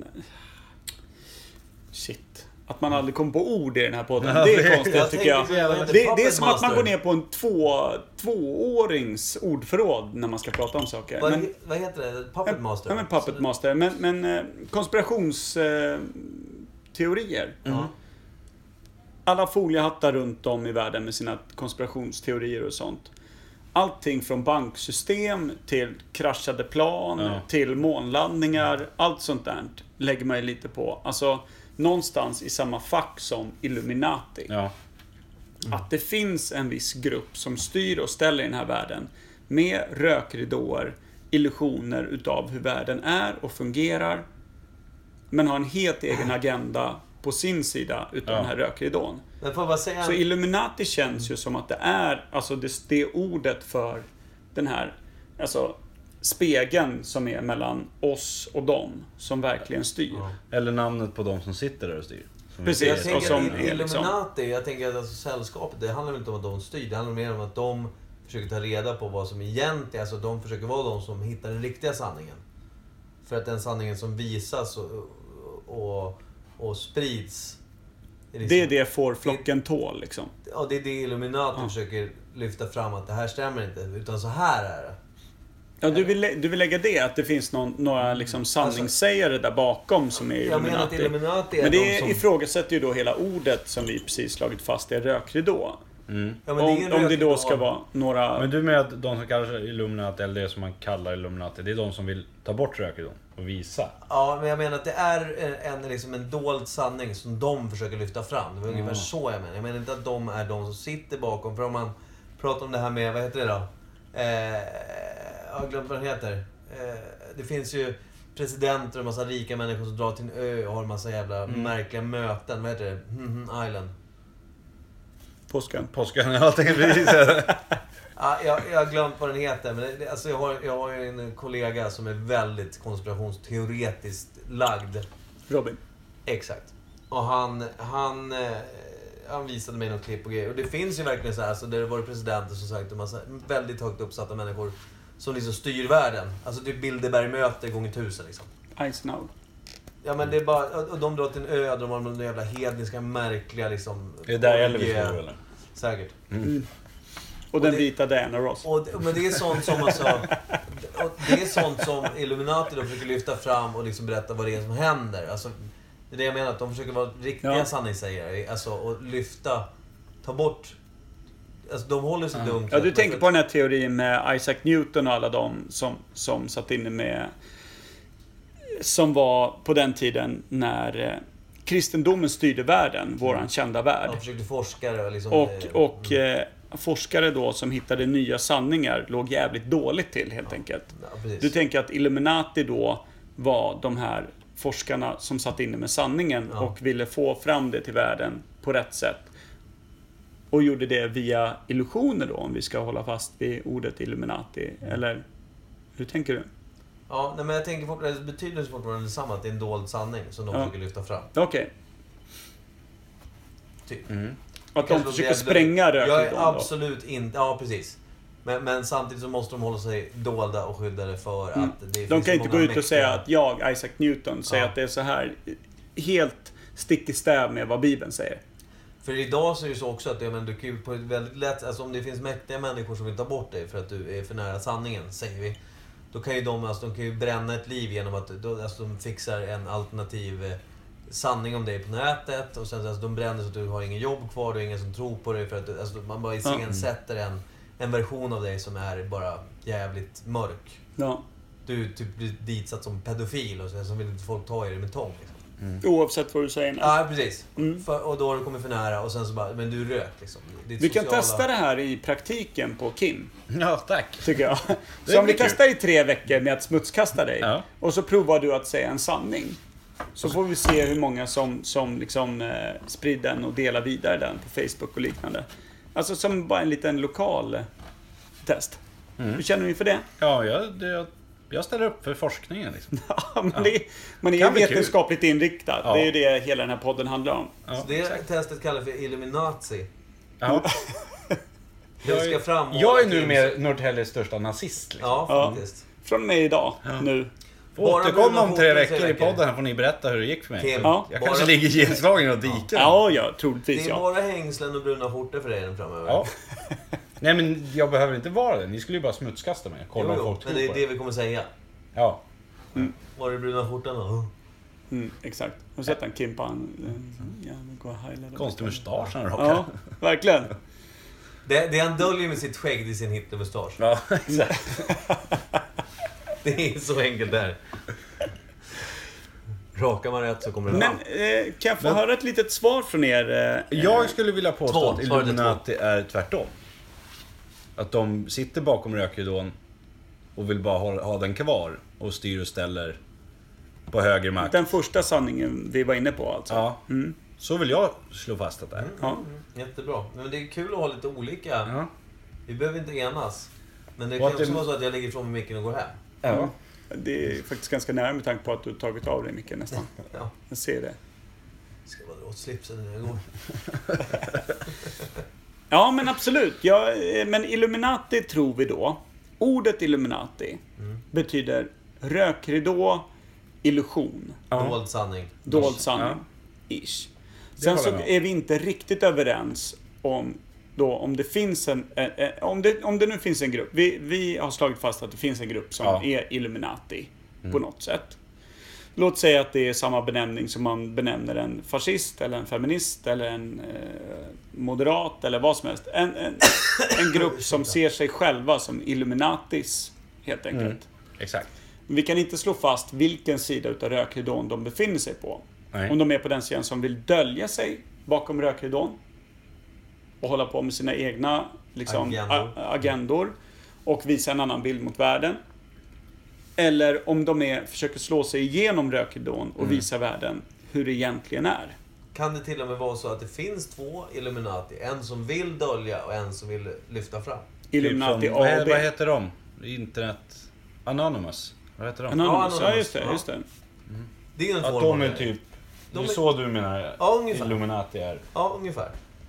shit. Att man aldrig kommer på ord i den här podden. Det är konstigt tycker jag. Det är som att man går ner på en tvåårings ordförråd när man ska prata om saker. Vad heter det? Puppet Master? Ja, men Puppet Master. Men konspirationsteorier. Alla foliehattar runt om i världen med sina konspirationsteorier och sånt. Allting från banksystem till kraschade plan till månlandningar. Allt sånt där lägger man ju lite på. Alltså någonstans i samma fack som Illuminati. Ja. Att det finns en viss grupp som styr och ställer i den här världen med rökridåer, illusioner utav hur världen är och fungerar, men har en helt egen agenda på sin sida utav den här rökridån. Men får jag bara säga... Så Illuminati känns ju som att det är alltså det ordet för den här alltså spegeln som är mellan oss och dem som verkligen styr. Eller namnet på de som sitter där och styr. Precis. Jag tänker och som att är liksom... Illuminati, jag tänker att alltså sällskapet, det handlar inte om att de styr, det handlar mer om att de försöker ta reda på vad som egentligen, alltså de försöker vara de som hittar den riktiga sanningen. För att den sanningen som visas och sprids liksom, det är det får flocken tål liksom. Ja, det är det Illuminati försöker lyfta fram, att det här stämmer inte, utan så här är det. Ja, du vill lägga det, att det finns några liksom sanningssägare där bakom som är Illuminati. Jag menar att Illuminati är men det de som... ifrågasätter ju då hela ordet som vi precis slagit fast är rökridå. Ja, men Om det då ska vara några... Men du menar att de som kallar sig Illuminati, eller det som man kallar Illuminati, det är de som vill ta bort rökridån och visa? Ja, men jag menar att det är liksom en dold sanning som de försöker lyfta fram. Det var ungefär så jag menar. Jag menar inte att de är de som sitter bakom. För om man pratar om det här med, vad heter det då? Jag har glömt vad det heter. Det finns ju presidenter och en massa rika människor som drar till en ö och har en massa jävla märkliga möten. Vad heter det? Island. Påskan, jag tänker precis. Ja, jag har glömt vad den heter. Men alltså jag har ju en kollega som är väldigt konspirationsteoretiskt lagd. Robin. Exakt. Och han visade mig något klipp och grejer. Och det finns ju verkligen så här, alltså, där det var presidenter som sagt, en massa väldigt högt uppsatta människor som liksom styr världen. Alltså typ Bilderberg-möte gånger 1000 liksom. Eisenhower. Ja, men det är bara, och de drar till en ö, de har någon jävla hedniska, märkliga liksom... Är det där Elvis bor eller? Säkert. Och den vita Diana Ross. Men det är sånt som alltså... Det är sånt som Illuminati då försöker lyfta fram och liksom berätta vad det är som händer. Alltså, det är det jag menar, att de försöker vara riktiga sanningssägare. Alltså, och lyfta... Ta bort... Alltså, de håller sig dumt. Ja, du tänker på den här teorin med Isaac Newton och alla de som satt inne med... Som var på den tiden när kristendomen styrde världen, våran kända värld. De försökte forskare liksom... Och forskare då som hittade nya sanningar låg jävligt dåligt till helt enkelt. Ja, du tänker att Illuminati då var de här forskarna som satt inne med sanningen och ville få fram det till världen på rätt sätt. Och gjorde det via illusioner då, om vi ska hålla fast vid ordet Illuminati. Eller hur tänker du? Ja, nej, men jag tänker fortfarande, det betyder fortfarande detsamma, att det är en dold sanning som de försöker lyfta fram. Okej. Typ. Att de försöker spränga rökridån. Jag är absolut inte... Ja, precis. Men samtidigt så måste de hålla sig dolda och skyddade för att det finns De kan inte många gå ut och mäktiga- säga att jag, Isaac Newton, säger att det är så här helt stick i stäv med vad Bibeln säger. För idag så är det så också att du kan ju på ett väldigt lätt... Alltså om det finns mäktiga människor som vill ta bort dig för att du är för nära sanningen, säger vi. Då kan ju de kan ju bränna ett liv genom att de fixar en alternativ sanning om dig på nätet. Och sen de bränner så att du har ingen jobb kvar, du har ingen som tror på dig. För att man bara iscensätter en version av dig som är bara jävligt mörk. Ja. Du typ blir ditsatt som pedofil och så vill inte folk ta i dig med tång. Liksom. Oavsett vad du säger nu. Ja, precis. Och då har du kommit för nära och sen så bara, men du rök liksom. Vi kan testa det här i praktiken på Kim, Ja, tack. tycker jag. Det Så om vi blir kul. testar i 3 veckor med att smutskasta dig. Ja. Och så provar du att säga en sanning. Så får vi se hur många som liksom sprider den och delar vidare den på Facebook och liknande. Alltså som bara en liten lokal test. Hur känner ni för det? Ja, jag ställer upp för forskningen liksom. Ja, men man är ju Kan bli kul. vetenskapligt inriktad. Ja. Det är ju det hela den här podden handlar om. Ja, Så det testet kallar vi för Illuminati. ja. Det ska framhålla Jag är nu Kims- mer Norrtäljes största nazist liksom. Ja, faktiskt. Från och med idag, nu. Bara Återkom bruna om 3 skjortor, veckor 3 i veckor. podden, här får ni berätta hur det gick för mig. Kim, Ja. Jag bara- kanske ligger genslagen och diken. Ja, troligtvis Det är ja. bara hängslen och bruna skjortor för dig framöver. Ja. Nej men jag behöver inte vara det. Ni skulle ju bara smutskasta mig. Kolla om Jo, folk men tror det på är det vi kommer säga. Ja. Var är bruna skjortan då? Exakt. Och sätta en Kim på han. Ja, gå och heila. Konstig mustasch han rockar. Ja, verkligen. Det han döljer med sitt skägg, det är sin Hitlermustasch. Ja, exakt. Det är så enkelt där. Rakar man rätt så kommer det Men fram. kan jag få höra ett litet svar från er? Jag skulle vilja påstå Två. att Svaret är Illuminati är tvärtom. Att de sitter bakom rökridån och vill bara ha den kvar och styr och ställer på höger makt. Den första sanningen vi var inne på alltså. Ja, så vill jag slå fast att det är. Ja. Jättebra. Men det är kul att ha lite olika. Ja. Vi behöver inte enas. Men det Och kan att också det- vara så att jag ligger ifrån med micken och går hem. Ja. Det är faktiskt ganska nära med tanke på att du tagit av dig mycket nästan. Ja. Jag ser det. Ska bara dra åt slipsen när jag går. Ja, men absolut. Men Illuminati tror vi då. Ordet Illuminati betyder rökridå, illusion, Dold sanning. dold sanning. Ish. Sen håller så jag med om. är vi inte riktigt överens om det finns om det nu finns en grupp. Vi har slagit fast att det finns en grupp som är Illuminati på något sätt. Låt säga att det är samma benämning som man benämner en fascist eller en feminist eller en moderat eller vad som helst. En grupp som ser sig själva som Illuminatis helt enkelt. Exakt. Vi kan inte slå fast vilken sida utav rökridån de befinner sig på. Nej. Om de är på den sidan som vill dölja sig bakom rökridån och hålla på med sina egna liksom, agendor och visa en annan bild mot världen. Eller om de försöker slå sig igenom rökridån och visa världen hur det egentligen är. Kan det till och med vara så att det finns 2 Illuminati? En som vill dölja och en som vill lyfta fram? Illuminati Typ A som, och B. vad heter de? Internet... Anonymous. Vad heter de? Anonymous. Ja, Anonymous. just det. Det är ju en Att form de av är det. typ... Det är är- så du menar Ja, ungefär. Illuminati är. Ja, ungefär.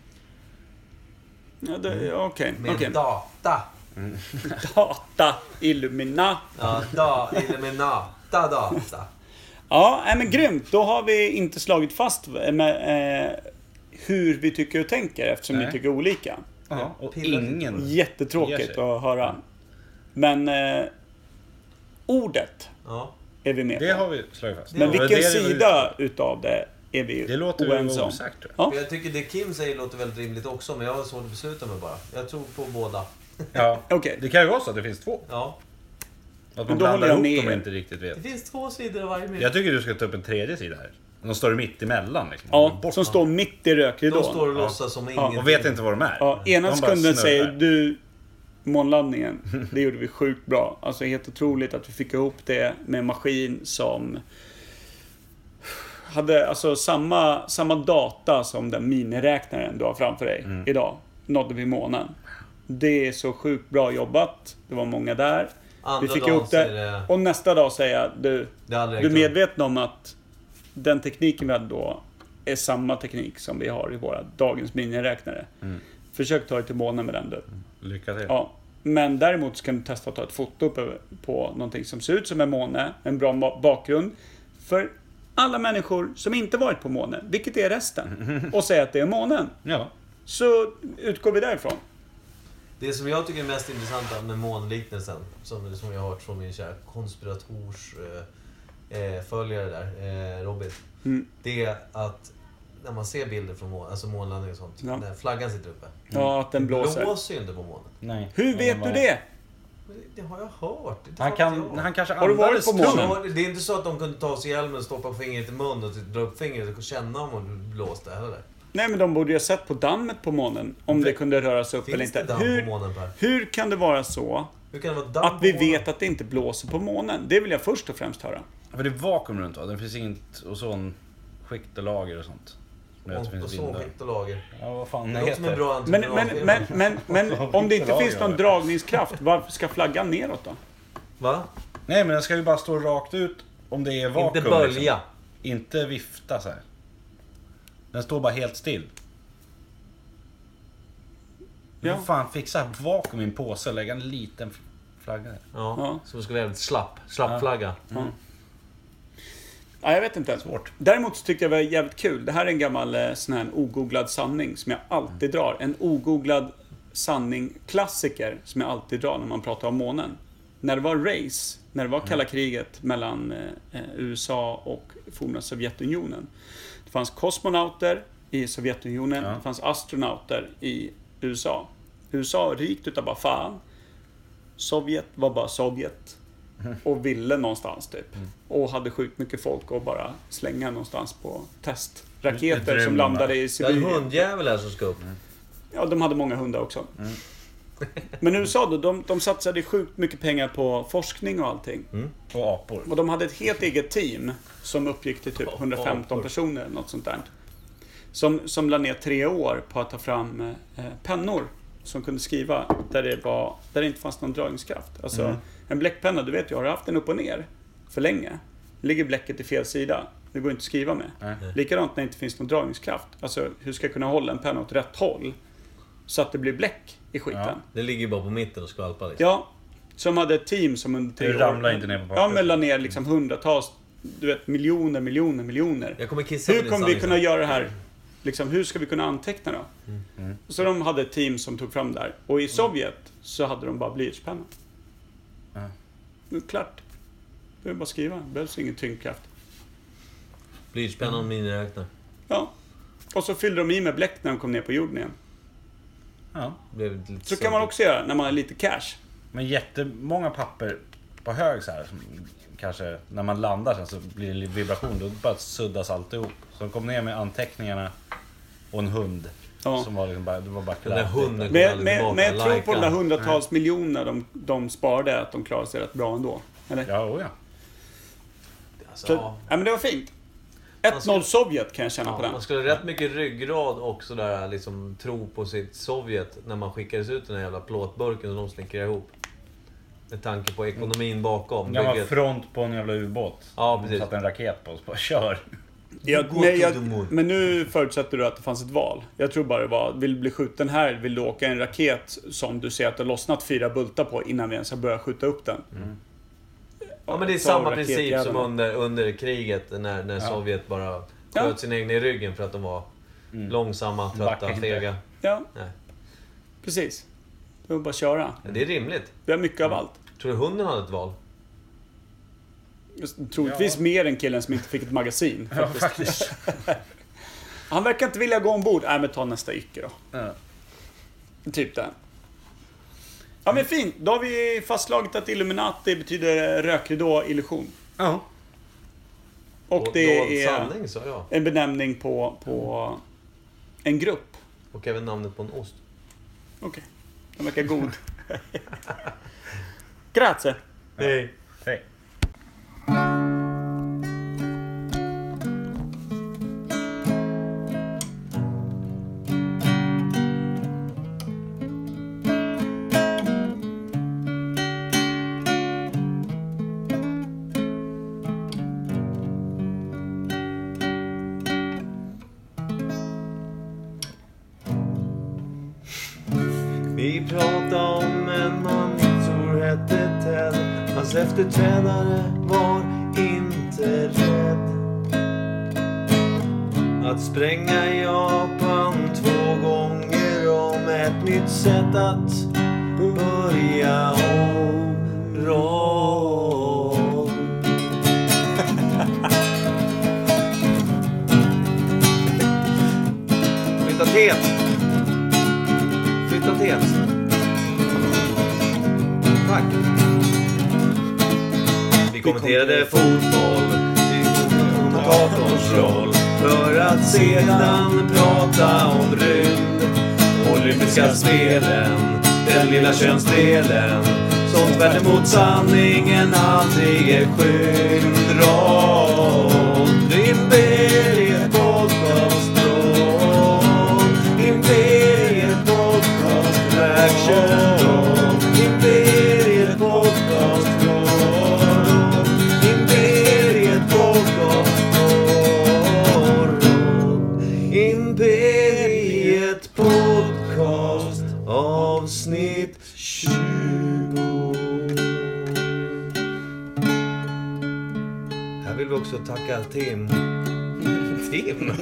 Ja, okej. Med data. Data Illuminati. Ja, Illuminata data. Ja, men grymt. Då har vi inte slagit fast med, hur vi tycker och tänker eftersom Nej. ni tycker olika. Ja, och Pillar lite på ingen... det. Ger Jättetråkigt sig. att höra. Men ordet Ja. är vi med Det på. har vi slagit fast. Men Det var vilken det var sida utav det är vi Det låter oense ju om. osagt tror Ja. För jag tycker det Kim säger låter väldigt rimligt också, men jag har svårt att besluta mig bara. Jag tror på båda. jag. Ja. Okej. Det kan ju vara så att det finns 2. Ja. Att man då blandar håller jag ihop med dem och er. inte riktigt vet. Det finns 2 sidor av varje mynt. Jag tycker du ska ta upp en tredje sida här. De står mitt emellan liksom. Ja, Bort. som står mitt i De rökridån. står och låtsas som ingenting. Och vet inte vad de är. Ja, ena De bara sekunden snurrar. säger du månlandningen. Det gjorde vi sjukt bra. Alltså helt otroligt att vi fick ihop det med en maskin som hade alltså samma data som den miniräknaren du har framför dig idag. Nådde vi månen. Det är så sjukt bra jobbat. Det var många där. Andra Vi fick dagen ihop så är det. det- Och nästa dag säger jag, du Det har aldrig är ägt rum. medveten om att den tekniken vi hade då är samma teknik som vi har i våra dagens miniräknare. Försök ta dig till månen med den du. Lycka till. Ja. Men däremot så kan du testa att ta ett foto på någonting som ser ut som en måne, en bra bakgrund. För alla människor som inte varit på månen, vilket är resten, och säga att det är månen. Ja. Så utgår vi därifrån. Det som jag tycker är mest intressant med månliknelsen, som jag har hört från min kära följare där, Robin. Det är att när man ser bilder från alltså månlandning och sånt, när flaggan sitter uppe. Ja, att den blåser. Det blåser ju inte på månen. Nej. Hur vet du det? Det har jag hört. Han kanske Har du varit på månen? månen? Det är inte så att de kunde ta sig hjälmen och stoppa fingret i munnen och dra upp fingret och känna om det blåste heller. Nej, men de borde ju ha sett på dammet på månen. Om det kunde röra sig upp eller Finns inte. det damm på månen, Per? Hur kan det vara så Hur kan det vara damm att vi på månen? vet att det inte blåser på månen? Det vill jag först och främst höra. För det är vakuum runt, va? Det finns inget ozonskikt och lager och sånt. Ozonskikt och lager. Ja, vad fan Det det låter som en heter. bra entreprenad. Men om det inte finns någon dragningskraft, varför ska flaggan neråt då? Va? Nej, men den ska ju bara stå rakt ut om det är vakuum. Inte bölja. Liksom. Inte vifta så här. Den står bara helt still. Ja. Vad fan, fixa vakuum i en påse och lägga en liten flagga där. Ja, som ska vara väldigt slapp flagga. Ja, jag vet inte. Svårt. Däremot så tyckte jag det var jävligt kul. Det här är en gammal sån här ogooglad sanning som jag alltid drar. En ogooglad sanning, klassiker, som jag alltid drar när man pratar om månen. När det var race, när det var kalla kriget mellan USA och forna Sovjetunionen. Det fanns kosmonauter i Sovjetunionen, det fanns astronauter i USA. USA rikt utav bara fan. Sovjet var bara Sovjet. Och ville någonstans typ. Och hade sjukt mycket folk och bara slänga någonstans på testraketer som landade i Det är en Sibirien. hundjävel här som ska upp. Ja, de hade många hundar också. Men USA då, de satsade sjukt mycket pengar på forskning och allting. Och apor. Och de hade ett helt eget team som uppgick till typ 115 apor. personer eller något sånt där. Som la ner 3 år på att ta fram pennor som kunde skriva där det inte fanns någon dragningskraft. Alltså en bläckpenna, du vet ju, har du haft den upp och ner för länge, ligger bläcket i fel sida. Det går inte att skriva med. Likadant när det inte finns någon dragningskraft. Alltså hur ska jag kunna hålla en penna åt rätt håll så att det blir bläck i skiten? Ja. Det ligger ju bara på mitten och skvalpar liksom. Ja, som hade ett team som under 3 år... Det ramlar inte ner på pappret. Ja, men la ner liksom hundratals, du vet, miljoner. Jag kommer kissa Hur med kommer din vi kunna sanning. göra det här? Liksom, hur ska vi kunna anteckna då? Så de hade ett team som tog fram det här. Och i Sovjet så hade de bara blyertspennor. Det är klart. Det är bara att skriva. Det behövs ingen tyngdkraft. Blyertspennan och miniräknare. Ja. Och så fyllde de i med bläck när de kom ner på jorden igen. Ja. Blev lite Så kan man också göra när man har lite cash. Men jättemånga papper på hög så här. Som kanske när man landar sen så blir det vibration. Då bara suddas alltihop. Så de kom ner med anteckningarna och en hund. Ja. Som var liksom bara, det var bara Den där klart. hunden Men jag tror på de där hundratals miljoner de sparade att de klarade sig rätt bra ändå. Eller? Ja, oh ja. Alltså, Så, ja. ja, men det var fint. 1-0 Sovjet kan jag känna på den. Man skulle ha rätt mycket ryggrad och sådär, liksom tro på sitt Sovjet när man skickades ut den här jävla plåtburken och de slinker ihop. Med tanke på ekonomin bakom. En gammal bygget. front på en jävla ubåt. Ja, De precis. satte en raket på oss. Bara kör. Men nu förutsätter du att det fanns ett val. Jag tror bara det var, vill du bli skjuten här, vill du åka en raket som du ser att det har lossnat 4 bultar på innan vi ens har börjat skjuta upp den. Ja, men det är Ta samma princip raketjäveln. som under kriget när Sovjet bara sköt sin egna i ryggen för att de var långsamma, trötta, Backar inte. fega. Ja, Nej. precis. Det var bara att köra. Ja, det är rimligt. Vi har mycket av allt. Tror du hunden hade ett val? Troligtvis mer än killen som inte fick ett magasin. Ja, Faktiskt. faktiskt. Han verkar inte vilja gå ombord. Nej, men ta nästa icke då. Ja. Typ det. Ja, men fint. Då har vi fastslagit att Illuminati betyder rökridå, illusion. Ja. Och det är sanning, sa jag. en benämning på en grupp. Och även namnet på en ost. Okej. Den verkar god. Grazie. Hej. Hej. Vi pratar om en man Hans efterträdare var inte rädd att spränga Japan 2 gånger om. Ett nytt sätt att börja om. Flytta tet. Tack. Vi kommenterade fotboll i kommentatorns roll för att sedan prata om rymd. Olympiska spelen, den lilla könsdelen som vänder mot sanningen aldrig är skymd. Rad Imperiet podcast Rad Imperiet podcast action Rad Imperiet podcast Rad Imperiet podcast Rad Imperiet podcast avsnitt 20. Här vill vi också tacka Tim. Kim.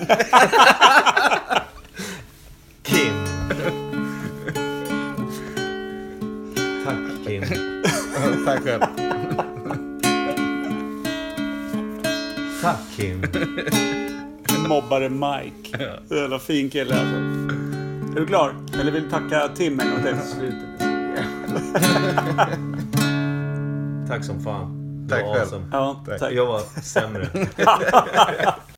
Tack Kim. Tack själv. Tack Kim. Mobbare Mike. Jävla fin kille alltså. Är du klar? Eller vill du tacka Tim en gång till? Tack som fan. Tack själv. Awesome. Ja, tack. Jag var sämre.